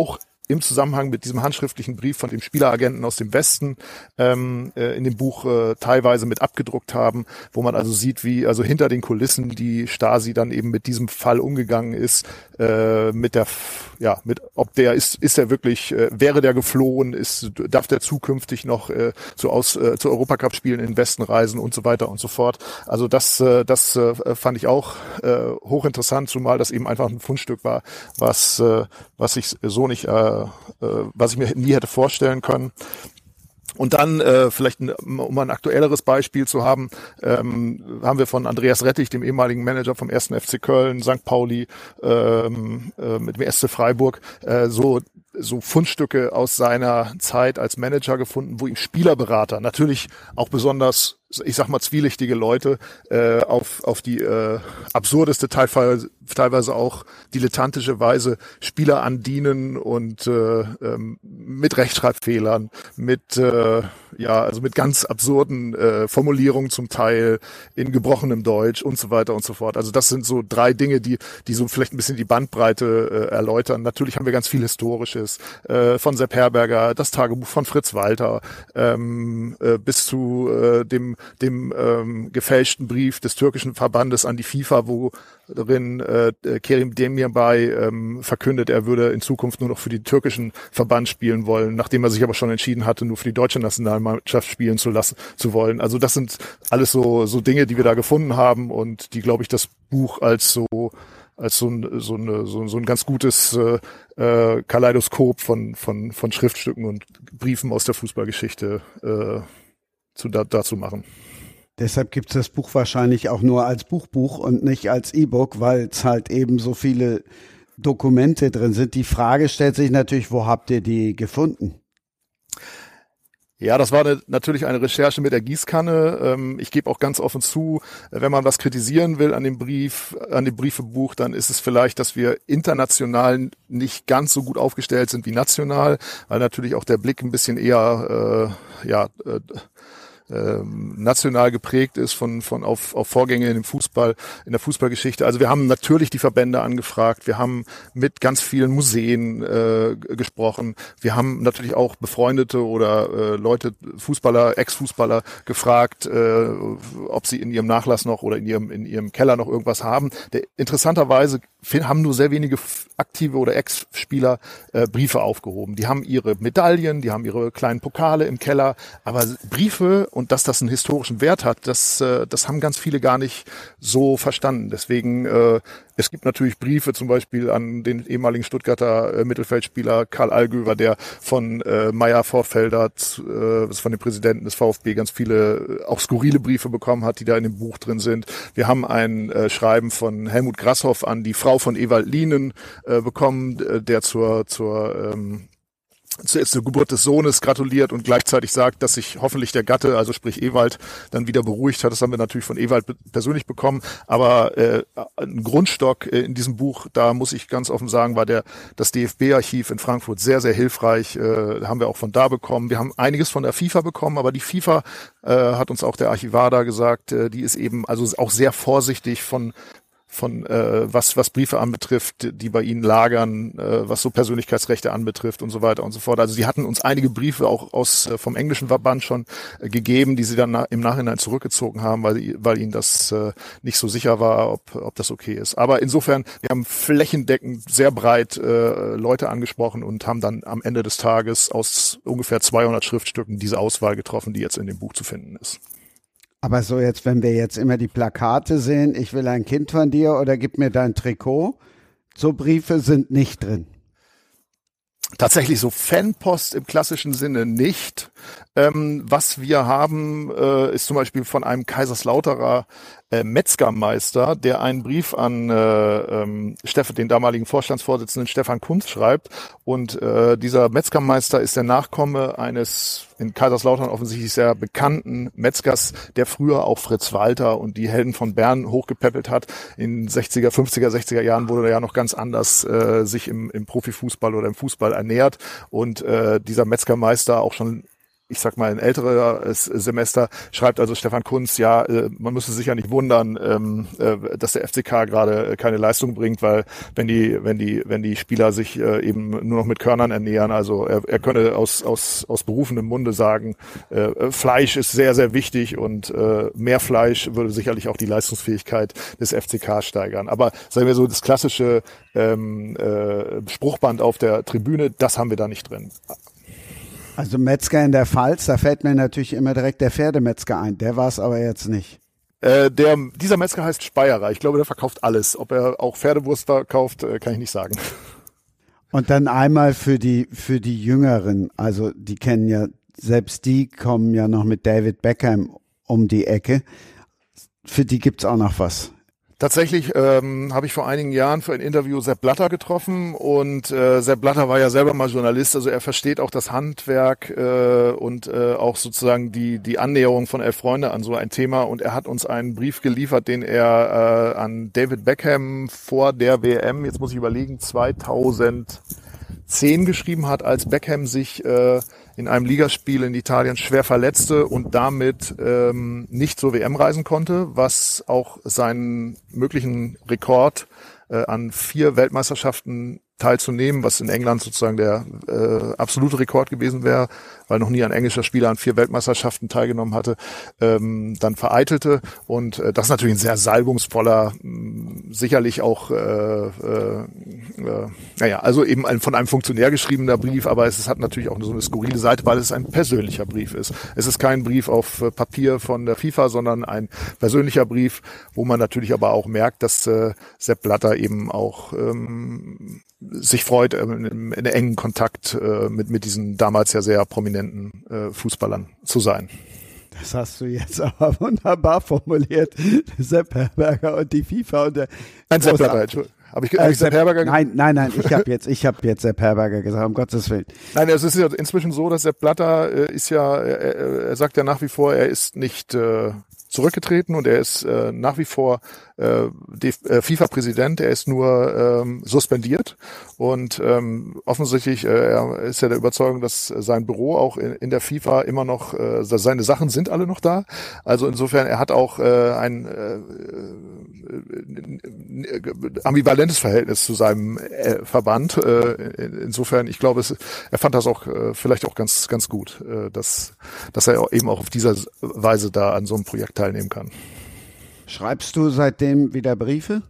im Zusammenhang mit diesem handschriftlichen Brief von dem Spieleragenten aus dem Westen ähm, äh, in dem Buch äh, teilweise mit abgedruckt haben, wo man also sieht, wie also hinter den Kulissen die Stasi dann eben mit diesem Fall umgegangen ist, äh, mit der, ja, mit, ob der ist, ist er wirklich, äh, wäre der geflohen, ist, darf der zukünftig noch äh, zu aus, äh, zu Europacup-Spielen in den Westen reisen und so weiter und so fort. Also das, äh, das äh, fand ich auch äh, hochinteressant, zumal das eben einfach ein Fundstück war, was, äh, was ich so nicht, äh, äh, was ich mir nie hätte vorstellen können. Und dann äh, vielleicht, ein, um ein aktuelleres Beispiel zu haben, ähm, haben wir von Andreas Rettich, dem ehemaligen Manager vom ersten F C Köln, Sankt Pauli, ähm, äh, mit dem S C Freiburg, äh, so so Fundstücke aus seiner Zeit als Manager gefunden, wo ihm Spielerberater, natürlich auch besonders, ich sag mal, zwielichtige Leute, äh, auf auf die äh, absurdeste, teilweise, teilweise auch dilettantische Weise Spieler andienen und äh, ähm, mit Rechtschreibfehlern, mit äh, ja, also mit ganz absurden äh, Formulierungen zum Teil in gebrochenem Deutsch und so weiter und so fort. Also das sind so drei Dinge, die die so vielleicht ein bisschen die Bandbreite äh, erläutern. Natürlich haben wir ganz viel Historisches, äh, von Sepp Herberger, das Tagebuch von Fritz Walter, ähm, äh, bis zu äh, dem dem ähm, gefälschten Brief des türkischen Verbandes an die FIFA, wo darin äh, Kerim Demirbay ähm, verkündet, er würde in Zukunft nur noch für den türkischen Verband spielen wollen, nachdem er sich aber schon entschieden hatte, nur für die deutsche Nationalmannschaft spielen zu lassen zu wollen. Also das sind alles so so Dinge, die wir da gefunden haben und die, glaube ich, das Buch als so als so ein so, eine, so, so ein ganz gutes äh, äh, Kaleidoskop von von von Schriftstücken und Briefen aus der Fußballgeschichte äh, zu da, dazu machen. Deshalb gibt es das Buch wahrscheinlich auch nur als Buchbuch und nicht als E-Book, weil es halt eben so viele Dokumente drin sind. Die Frage stellt sich natürlich, wo habt ihr die gefunden? Ja, das war eine, natürlich eine Recherche mit der Gießkanne. Ähm, ich gebe auch ganz offen zu, wenn man was kritisieren will an dem Brief, an dem Briefebuch, dann ist es vielleicht, dass wir international nicht ganz so gut aufgestellt sind wie national, weil natürlich auch der Blick ein bisschen eher, äh, ja, äh, Ähm, national geprägt ist von von auf, auf Vorgänge in dem Fußball, in der Fußballgeschichte. Also wir haben natürlich die Verbände angefragt, wir haben mit ganz vielen Museen äh, gesprochen, wir haben natürlich auch befreundete oder äh, Leute, Fußballer, Ex-Fußballer gefragt, äh, ob sie in ihrem Nachlass noch oder in ihrem in ihrem Keller noch irgendwas haben. Der, interessanterweise haben nur sehr wenige aktive oder Ex-Spieler äh, Briefe aufgehoben. Die haben ihre Medaillen, die haben ihre kleinen Pokale im Keller, aber Briefe und dass das einen historischen Wert hat, das, äh, das haben ganz viele gar nicht so verstanden. Deswegen, äh, es gibt natürlich Briefe zum Beispiel an den ehemaligen Stuttgarter äh, Mittelfeldspieler Karl Allgöwer, der von äh, Meyer Vorfelder, äh, von dem Präsidenten des VfB, ganz viele äh, auch skurrile Briefe bekommen hat, die da in dem Buch drin sind. Wir haben ein äh, Schreiben von Helmut Grasshoff an die Frau von Ewald Lienen äh, bekommen, äh, der zur zur ähm, zuerst zur Geburt des Sohnes gratuliert und gleichzeitig sagt, dass sich hoffentlich der Gatte, also sprich Ewald, dann wieder beruhigt hat. Das haben wir natürlich von Ewald persönlich bekommen. Aber äh, ein Grundstock äh, in diesem Buch, da muss ich ganz offen sagen, war der das D F B-Archiv in Frankfurt sehr, sehr hilfreich. Äh, haben wir auch von da bekommen. Wir haben einiges von der FIFA bekommen, aber die FIFA äh, hat uns auch der Archivar da gesagt, äh, die ist eben also auch sehr vorsichtig von von äh, was was Briefe anbetrifft, die bei ihnen lagern, äh, was so Persönlichkeitsrechte anbetrifft und so weiter und so fort. Also sie hatten uns einige Briefe auch aus äh, vom englischen Verband schon äh, gegeben, die sie dann na, im Nachhinein zurückgezogen haben, weil weil ihnen das äh, nicht so sicher war, ob ob das okay ist. Aber insofern, wir haben flächendeckend sehr breit äh, Leute angesprochen und haben dann am Ende des Tages aus ungefähr zweihundert Schriftstücken diese Auswahl getroffen, die jetzt in dem Buch zu finden ist. Aber so jetzt, wenn wir jetzt immer die Plakate sehen, ich will ein Kind von dir oder gib mir dein Trikot, so Briefe sind nicht drin. Tatsächlich so Fanpost im klassischen Sinne nicht. Ähm, was wir haben, äh, ist zum Beispiel von einem Kaiserslauterer äh, Metzgermeister, der einen Brief an äh, ähm, Steff, den damaligen Vorstandsvorsitzenden Stefan Kunz schreibt. Und äh, dieser Metzgermeister ist der Nachkomme eines in Kaiserslautern offensichtlich sehr bekannten Metzgers, der früher auch Fritz Walter und die Helden von Bern hochgepäppelt hat. In sechziger, fünfziger, sechziger Jahren wurde er ja noch ganz anders äh, sich im, im Profifußball oder im Fußball ernährt. Und äh, dieser Metzgermeister auch schon ich sag mal, ein älteres Semester, schreibt also Stefan Kuntz, ja, man müsse sich ja nicht wundern, dass der F C K gerade keine Leistung bringt, weil wenn die, wenn die, wenn die Spieler sich eben nur noch mit Körnern ernähren, also er, er könne aus, aus, aus berufenem Munde sagen, Fleisch ist sehr, sehr wichtig und mehr Fleisch würde sicherlich auch die Leistungsfähigkeit des F C K steigern. Aber sagen wir so, das klassische ähm, äh, Spruchband auf der Tribüne, das haben wir da nicht drin. Also Metzger in der Pfalz, da fällt mir natürlich immer direkt der Pferdemetzger ein. Der war es aber jetzt nicht. Äh, der, dieser Metzger heißt Speyerer. Ich glaube, der verkauft alles. Ob er auch Pferdewurst verkauft, äh, kann ich nicht sagen. Und dann einmal für die, für die Jüngeren. Also die kennen ja, selbst die kommen ja noch mit David Beckham um die Ecke. Für die gibt's auch noch was. Tatsächlich ähm, habe ich vor einigen Jahren für ein Interview Sepp Blatter getroffen und äh, Sepp Blatter war ja selber mal Journalist, also er versteht auch das Handwerk äh, und äh, auch sozusagen die die Annäherung von Elf Freunde an so ein Thema und er hat uns einen Brief geliefert, den er äh, an David Beckham vor der W M, jetzt muss ich überlegen, zweitausendzehn geschrieben hat, als Beckham sich äh, in einem Ligaspiel in Italien schwer verletzte und damit ähm, nicht zur W M reisen konnte, was auch seinen möglichen Rekord äh, an vier Weltmeisterschaften teilzunehmen, was in England sozusagen der äh, absolute Rekord gewesen wäre, weil noch nie ein englischer Spieler an vier Weltmeisterschaften teilgenommen hatte, ähm, dann vereitelte. Und äh, das ist natürlich ein sehr salbungsvoller, mh, sicherlich auch, äh, äh, äh, naja, also eben ein von einem Funktionär geschriebener Brief, aber es, es hat natürlich auch so eine skurrile Seite, weil es ein persönlicher Brief ist. Es ist kein Brief auf äh, Papier von der FIFA, sondern ein persönlicher Brief, wo man natürlich aber auch merkt, dass äh, Sepp Blatter eben auch ähm, sich freut, in, in engen Kontakt äh, mit, mit diesen damals ja sehr prominenten äh, Fußballern zu sein. Das hast du jetzt aber wunderbar formuliert. Sepp Herberger und die FIFA und der Nein, Sepp Blatter, Entschuldigung. Habe ich, hab äh, ich Sepp Herberger gesagt? Nein, nein, nein, ich habe jetzt, ich habe jetzt Sepp Herberger gesagt, um Gottes Willen. Nein, es ist ja inzwischen so, dass Sepp Blatter äh, ist ja, er, er sagt ja nach wie vor, er ist nicht äh, zurückgetreten und er ist äh, nach wie vor äh, äh, FIFA-Präsident, er ist nur ähm, suspendiert und ähm, offensichtlich äh, er ist ja der Überzeugung, dass sein Büro auch in, in der FIFA immer noch, äh, seine Sachen sind alle noch da, also insofern, er hat auch äh, ein äh, äh, ambivalentes Verhältnis zu seinem äh, Verband, äh, insofern, ich glaube, es, er fand das auch äh, vielleicht auch ganz ganz gut, äh, dass, dass er eben auch auf dieser Weise da an so einem Projekt teilnehmen kann. Schreibst du seitdem wieder Briefe?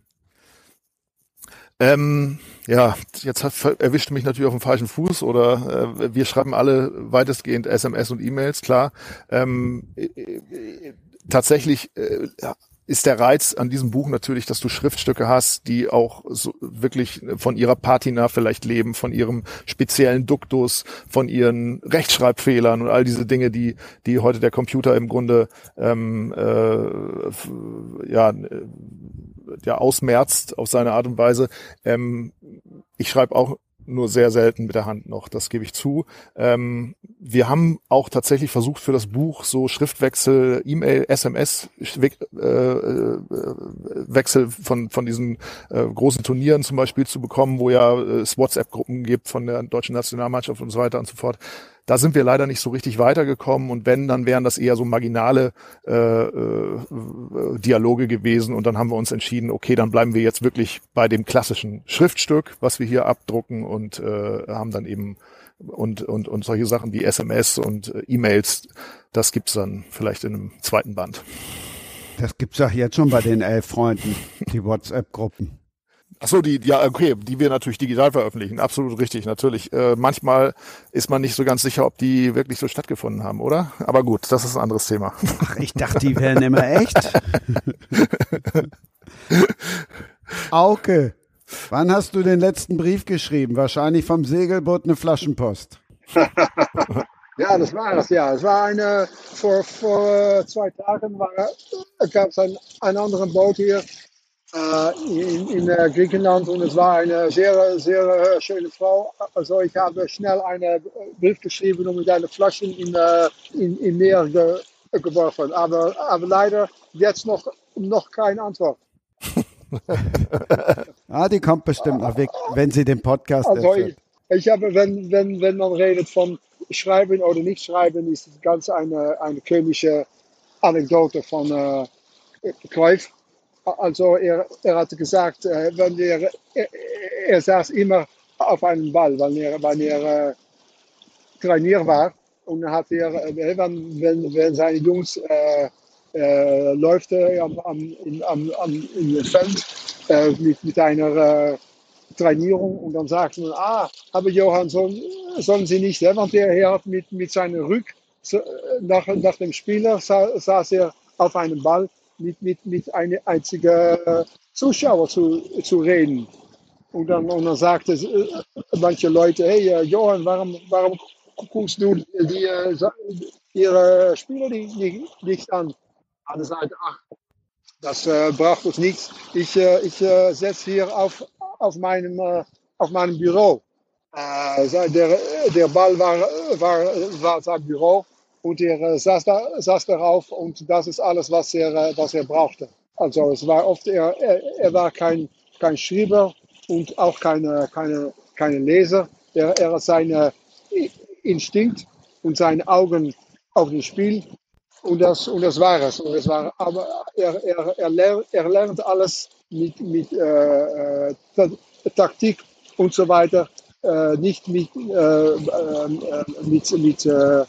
Ähm, ja, jetzt hat, erwischt mich natürlich auf dem falschen Fuß oder äh, wir schreiben alle weitestgehend S M S und E-Mails, klar. Ähm, äh, äh, tatsächlich äh, ist der Reiz an diesem Buch natürlich, dass du Schriftstücke hast, die auch so wirklich von ihrer Patina vielleicht leben, von ihrem speziellen Duktus, von ihren Rechtschreibfehlern und all diese Dinge, die die heute der Computer im Grunde ähm, äh, ja ja ausmerzt auf seine Art und Weise. Ähm, ich schreibe auch nur sehr selten mit der Hand noch, das gebe ich zu. Ähm, wir haben auch tatsächlich versucht für das Buch so Schriftwechsel, E-Mail, S M S äh, Wechsel von von diesen äh, großen Turnieren zum Beispiel zu bekommen, wo ja äh, es WhatsApp-Gruppen gibt von der deutschen Nationalmannschaft und so weiter und so fort. Da sind wir leider nicht so richtig weitergekommen und wenn, dann wären das eher so marginale äh, äh, Dialoge gewesen und dann haben wir uns entschieden, okay, dann bleiben wir jetzt wirklich bei dem klassischen Schriftstück, was wir hier abdrucken und äh, haben dann eben und und und solche Sachen wie S M S und äh, E-Mails, das gibt's dann vielleicht in einem zweiten Band. Das gibt's auch jetzt schon bei den elf Freunden, die WhatsApp-Gruppen. Ach so, die, ja, okay, die wir natürlich digital veröffentlichen, absolut richtig, natürlich. Äh, manchmal ist man nicht so ganz sicher, ob die wirklich so stattgefunden haben, oder? Aber gut, das ist ein anderes Thema. Ach, ich dachte, die wären immer echt. Auke, wann hast du den letzten Brief geschrieben? Wahrscheinlich vom Segelboot eine Flaschenpost. Ja, das war es, ja. Es war eine, vor, vor zwei Tagen war, gab es ein, ein anderes Boot hier in, in Griechenland und es war eine sehr, sehr schöne Frau. Also ich habe schnell einen Brief geschrieben und mit einer Flasche in, in, in Meer ge, geworfen. Aber, aber leider jetzt noch, noch keine Antwort. Ah, die kommt bestimmt noch weg, wenn sie den Podcast also erfüllt. ich, ich habe, wenn, wenn, wenn man redet von schreiben oder nicht schreiben, ist ganz eine, eine komische Anekdote von äh, Cruyff. Also er, er hatte gesagt, äh, wenn er, er, er saß immer auf einem Ball, weil er, weil er äh, Trainier war. Und dann hat er, äh, wenn, wenn, wenn seine Jungs äh, äh, läuft äh, am, am, in, am, am, im Feld äh, mit, mit einer äh, Trainierung und dann sagt man, ah, aber Johann, sollen, sollen Sie nicht, ja? Want er hat mit, mit seinem Rück so, nach, nach dem Spieler sa, saß er auf einem Ball mit, mit, mit einem einzigen Zuschauer zu, zu reden. Und dann, und dann sagte äh, manche Leute, hey äh, Johann, warum, warum guckst du die, die, ihre Spieler nicht, nicht, nicht an? Und er sagte, ach, das äh, braucht uns nichts. Ich, äh, ich äh, setze hier auf, auf, meinem, äh, auf meinem Büro. Äh, der, der Ball war, war, war sein Büro und er äh, saß, da, saß darauf und das ist alles, was er, äh, was er brauchte. Also es war oft, er, er, er war kein, kein Schreiber und auch keine, keine, keine Leser. Er, er hat seinen Instinkt und seine Augen auf das Spiel. Und das, und das war es. Und das war, aber er, er, er, lernt, er lernt alles mit, mit äh, Taktik und so weiter. Äh, nicht mit, äh, äh, mit, mit äh,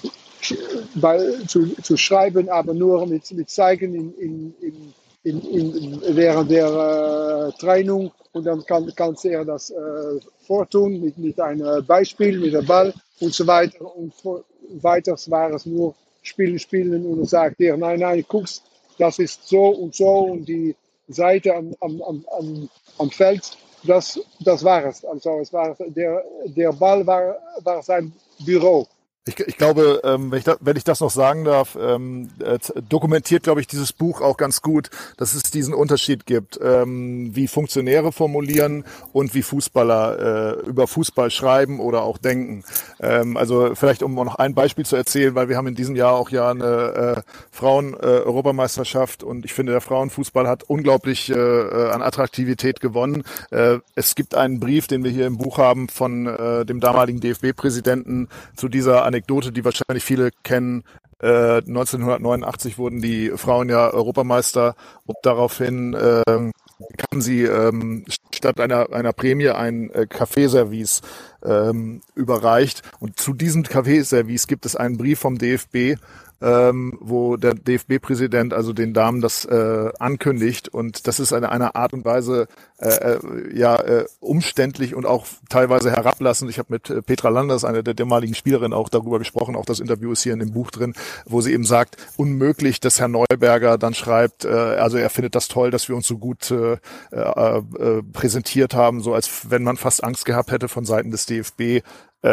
bei, zu, zu schreiben, aber nur mit, mit Zeigen in, in, in, in, in, während der äh, Training. Und dann kann, kann er das äh, vortun mit, mit einem Beispiel, mit dem Ball und so weiter. Und vor, weiter war es nur Spielen, spielen und dann sagt er, nein, nein, guckst, das ist so und so und die Seite am, am, am, am Feld, das, das war es. Also es war der, der Ball war, war sein Büro. Ich, ich glaube, ähm, wenn, ich da, wenn ich das noch sagen darf, ähm, äh, dokumentiert, glaube ich, dieses Buch auch ganz gut, dass es diesen Unterschied gibt, ähm, wie Funktionäre formulieren und wie Fußballer äh, über Fußball schreiben oder auch denken. Ähm, also vielleicht, um noch ein Beispiel zu erzählen, weil wir haben in diesem Jahr auch ja eine äh, Frauen-Europameisterschaft äh, und ich finde, der Frauenfußball hat unglaublich äh, an Attraktivität gewonnen. Äh, es gibt einen Brief, den wir hier im Buch haben von äh, dem damaligen D F B-Präsidenten zu dieser Anekdote, die wahrscheinlich viele kennen. Äh, neunzehnhundertneunundachtzig wurden die Frauen ja Europameister und daraufhin äh, bekamen sie ähm, statt einer einer Prämie ein äh, Kaffeeservice ähm, überreicht. Und zu diesem Kaffeeservice gibt es einen Brief vom D F B, ähm, wo der D F B-Präsident also den Damen das äh, ankündigt. Und das ist eine, eine Art und Weise äh, ja äh, umständlich und auch teilweise herablassend. Ich habe mit äh, Petra Landers, einer der damaligen Spielerinnen, auch darüber gesprochen. Auch das Interview ist hier in dem Buch drin, wo sie eben sagt, unmöglich, dass Herr Neuberger dann schreibt, äh, also er findet das toll, dass wir uns so gut äh, äh, äh, präsentiert haben, so als wenn man fast Angst gehabt hätte von Seiten des D F B,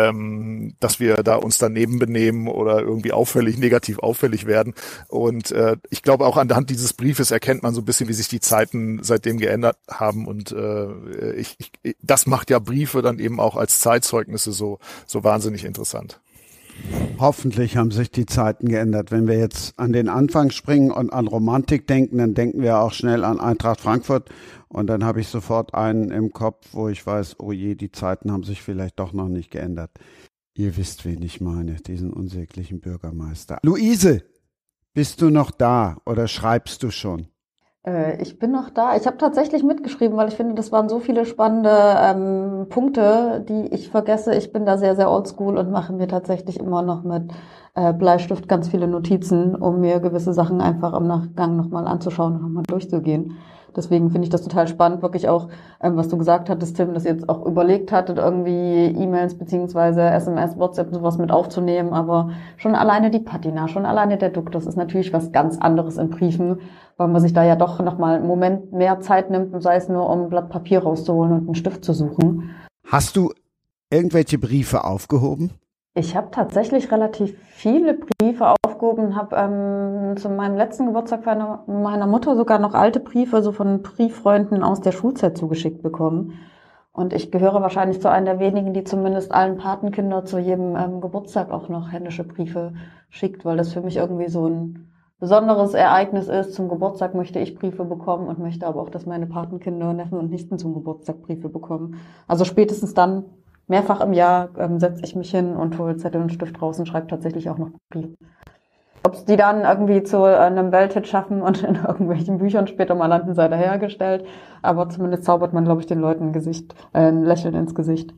ähm, dass wir da uns daneben benehmen oder irgendwie auffällig, negativ auffällig werden. Und äh, ich glaube, auch anhand dieses Briefes erkennt man so ein bisschen, wie sich die Zeiten seitdem geändert haben. Und äh, ich, ich, das macht ja Briefe dann eben auch als Zeitzeugnisse so, so wahnsinnig interessant. Hoffentlich haben sich die Zeiten geändert. Wenn wir jetzt an den Anfang springen und an Romantik denken, dann denken wir auch schnell an Eintracht Frankfurt. Und dann habe ich sofort einen im Kopf, wo ich weiß, oh je, die Zeiten haben sich vielleicht doch noch nicht geändert. Ihr wisst, wen ich meine, diesen unsäglichen Bürgermeister. Luise, bist du noch da oder schreibst du schon? Äh, ich bin noch da. Ich habe tatsächlich mitgeschrieben, weil ich finde, das waren so viele spannende ähm, Punkte, die ich vergesse. Ich bin da sehr, sehr oldschool und mache mir tatsächlich immer noch mit äh, Bleistift ganz viele Notizen, um mir gewisse Sachen einfach im Nachgang nochmal anzuschauen und nochmal durchzugehen. Deswegen finde ich das total spannend, wirklich auch, ähm, was du gesagt hattest, Tim, dass ihr jetzt auch überlegt hattet, irgendwie E-Mails beziehungsweise S M S, WhatsApp und sowas mit aufzunehmen, aber schon alleine die Patina, schon alleine der Duktus ist natürlich was ganz anderes in Briefen, weil man sich da ja doch nochmal einen Moment mehr Zeit nimmt und sei es nur, um ein Blatt Papier rauszuholen und einen Stift zu suchen. Hast du irgendwelche Briefe aufgehoben? Ich habe tatsächlich relativ viele Briefe aufgehoben, habe ähm, zu meinem letzten Geburtstag von meiner Mutter sogar noch alte Briefe so von Brieffreunden aus der Schulzeit zugeschickt bekommen. Und ich gehöre wahrscheinlich zu einer der wenigen, die zumindest allen Patenkindern zu jedem ähm, Geburtstag auch noch händische Briefe schickt, weil das für mich irgendwie so ein besonderes Ereignis ist. Zum Geburtstag möchte ich Briefe bekommen und möchte aber auch, dass meine Patenkinder, Neffen und Nichten zum Geburtstag Briefe bekommen. Also spätestens dann, mehrfach im Jahr ähm, setze ich mich hin und hole Zettel und Stift raus und schreibe tatsächlich auch noch Briefe. Ob es die dann irgendwie zu äh, einem Welthit schaffen und in irgendwelchen Büchern später mal landen, sei dahergestellt. Aber zumindest zaubert man, glaube ich, den Leuten ein Gesicht, äh, ein Lächeln ins Gesicht.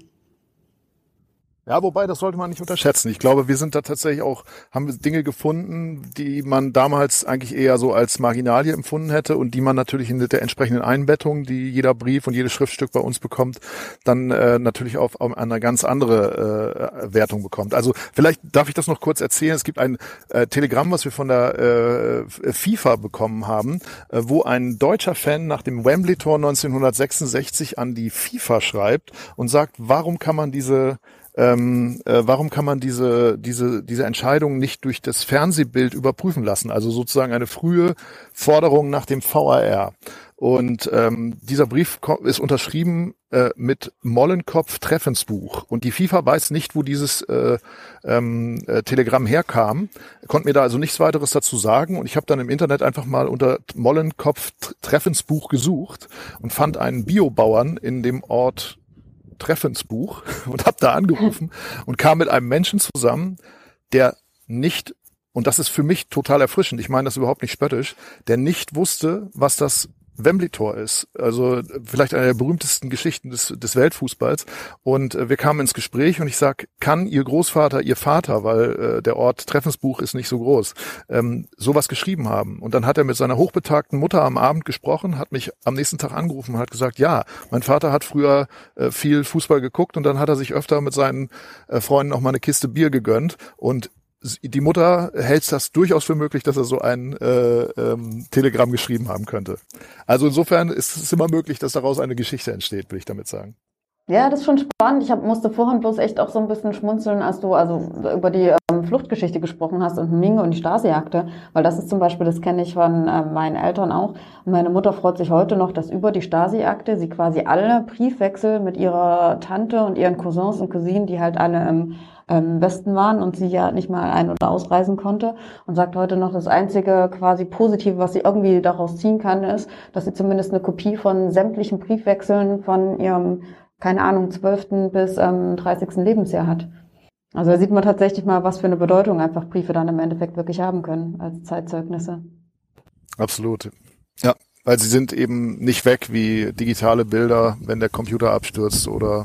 Ja, wobei, das sollte man nicht unterschätzen. Ich glaube, wir sind da tatsächlich auch, haben Dinge gefunden, die man damals eigentlich eher so als Marginalie empfunden hätte und die man natürlich in der entsprechenden Einbettung, die jeder Brief und jedes Schriftstück bei uns bekommt, dann äh, natürlich auf, auf eine ganz andere äh, Wertung bekommt. Also vielleicht darf ich das noch kurz erzählen. Es gibt ein äh, Telegramm, was wir von der äh, FIFA bekommen haben, äh, wo ein deutscher Fan nach dem Wembley-Tor neunzehnhundertsechsundsechzig an die FIFA schreibt und sagt, warum kann man diese Ähm, äh, warum kann man diese diese diese Entscheidung nicht durch das Fernsehbild überprüfen lassen? Also sozusagen eine frühe Forderung nach dem V A R. Und ähm, dieser Brief ist unterschrieben äh, mit Mollenkopf Treffensbuch. Und die FIFA weiß nicht, wo dieses äh, ähm, äh, Telegramm herkam, konnte mir da also nichts weiteres dazu sagen. Und ich habe dann im Internet einfach mal unter Mollenkopf Treffensbuch gesucht und fand einen Biobauern in dem Ort Treffensbuch und habe da angerufen und kam mit einem Menschen zusammen, der nicht, und das ist für mich total erfrischend, ich meine das überhaupt nicht spöttisch, der nicht wusste, was das Wembley-Tor ist. Also vielleicht eine der berühmtesten Geschichten des, des Weltfußballs. Und äh, wir kamen ins Gespräch und ich sag, kann Ihr Großvater, Ihr Vater, weil äh, der Ort Treffensbuch ist nicht so groß, ähm, sowas geschrieben haben? Und dann hat er mit seiner hochbetagten Mutter am Abend gesprochen, hat mich am nächsten Tag angerufen und hat gesagt, ja, mein Vater hat früher äh, viel Fußball geguckt und dann hat er sich öfter mit seinen äh, Freunden auch mal eine Kiste Bier gegönnt und die Mutter hält das durchaus für möglich, dass er so ein äh, ähm, Telegramm geschrieben haben könnte. Also insofern ist es immer möglich, dass daraus eine Geschichte entsteht, würde ich damit sagen. Ja, das ist schon spannend. Ich hab, musste vorhin bloß echt auch so ein bisschen schmunzeln, als du also über die ähm, Fluchtgeschichte gesprochen hast und Minge und die Stasi-Akte, weil das ist zum Beispiel, das kenne ich von äh, meinen Eltern auch. Und meine Mutter freut sich heute noch, dass über die Stasi-Akte sie quasi alle Briefwechsel mit ihrer Tante und ihren Cousins und Cousinen, die halt alle im im Westen waren und sie ja nicht mal ein- oder ausreisen konnte und sagt heute noch, das einzige quasi Positive, was sie irgendwie daraus ziehen kann, ist, dass sie zumindest eine Kopie von sämtlichen Briefwechseln von ihrem, keine Ahnung, zwölften bis ähm, dreißigsten Lebensjahr hat. Also da sieht man tatsächlich mal, was für eine Bedeutung einfach Briefe dann im Endeffekt wirklich haben können als Zeitzeugnisse. Absolut. Ja, weil sie sind eben nicht weg wie digitale Bilder, wenn der Computer abstürzt oder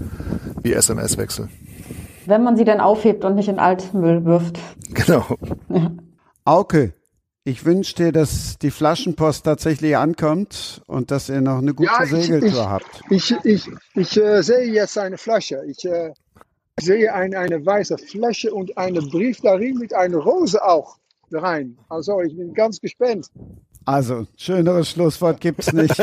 wie S M S-Wechsel. Wenn man sie dann aufhebt und nicht in Altmüll wirft. Genau. Ja. Auke, ich wünsche dir, dass die Flaschenpost tatsächlich ankommt und dass ihr noch eine gute Ja, ich- Segeltour ich- habt. Ich, ich, ich äh, sehe jetzt eine Flasche. Ich äh, sehe ein, eine weiße Flasche und einen Brief darin mit einer Rose auch rein. Also ich bin ganz gespannt. Also, schöneres Schlusswort gibt's nicht.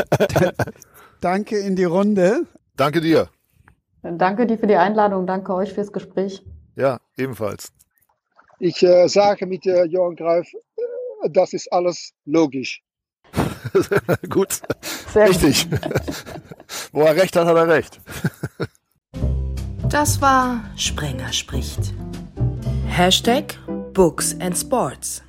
Danke in die Runde. Danke dir. Danke dir für die Einladung, danke euch fürs Gespräch. Ja, ebenfalls. Ich äh, sage mit äh, Johann Greif, äh, das ist alles logisch. Gut. Sehr Richtig. Wo er recht hat, hat er recht. Das war Sprenger spricht. Hashtag Books and Sports.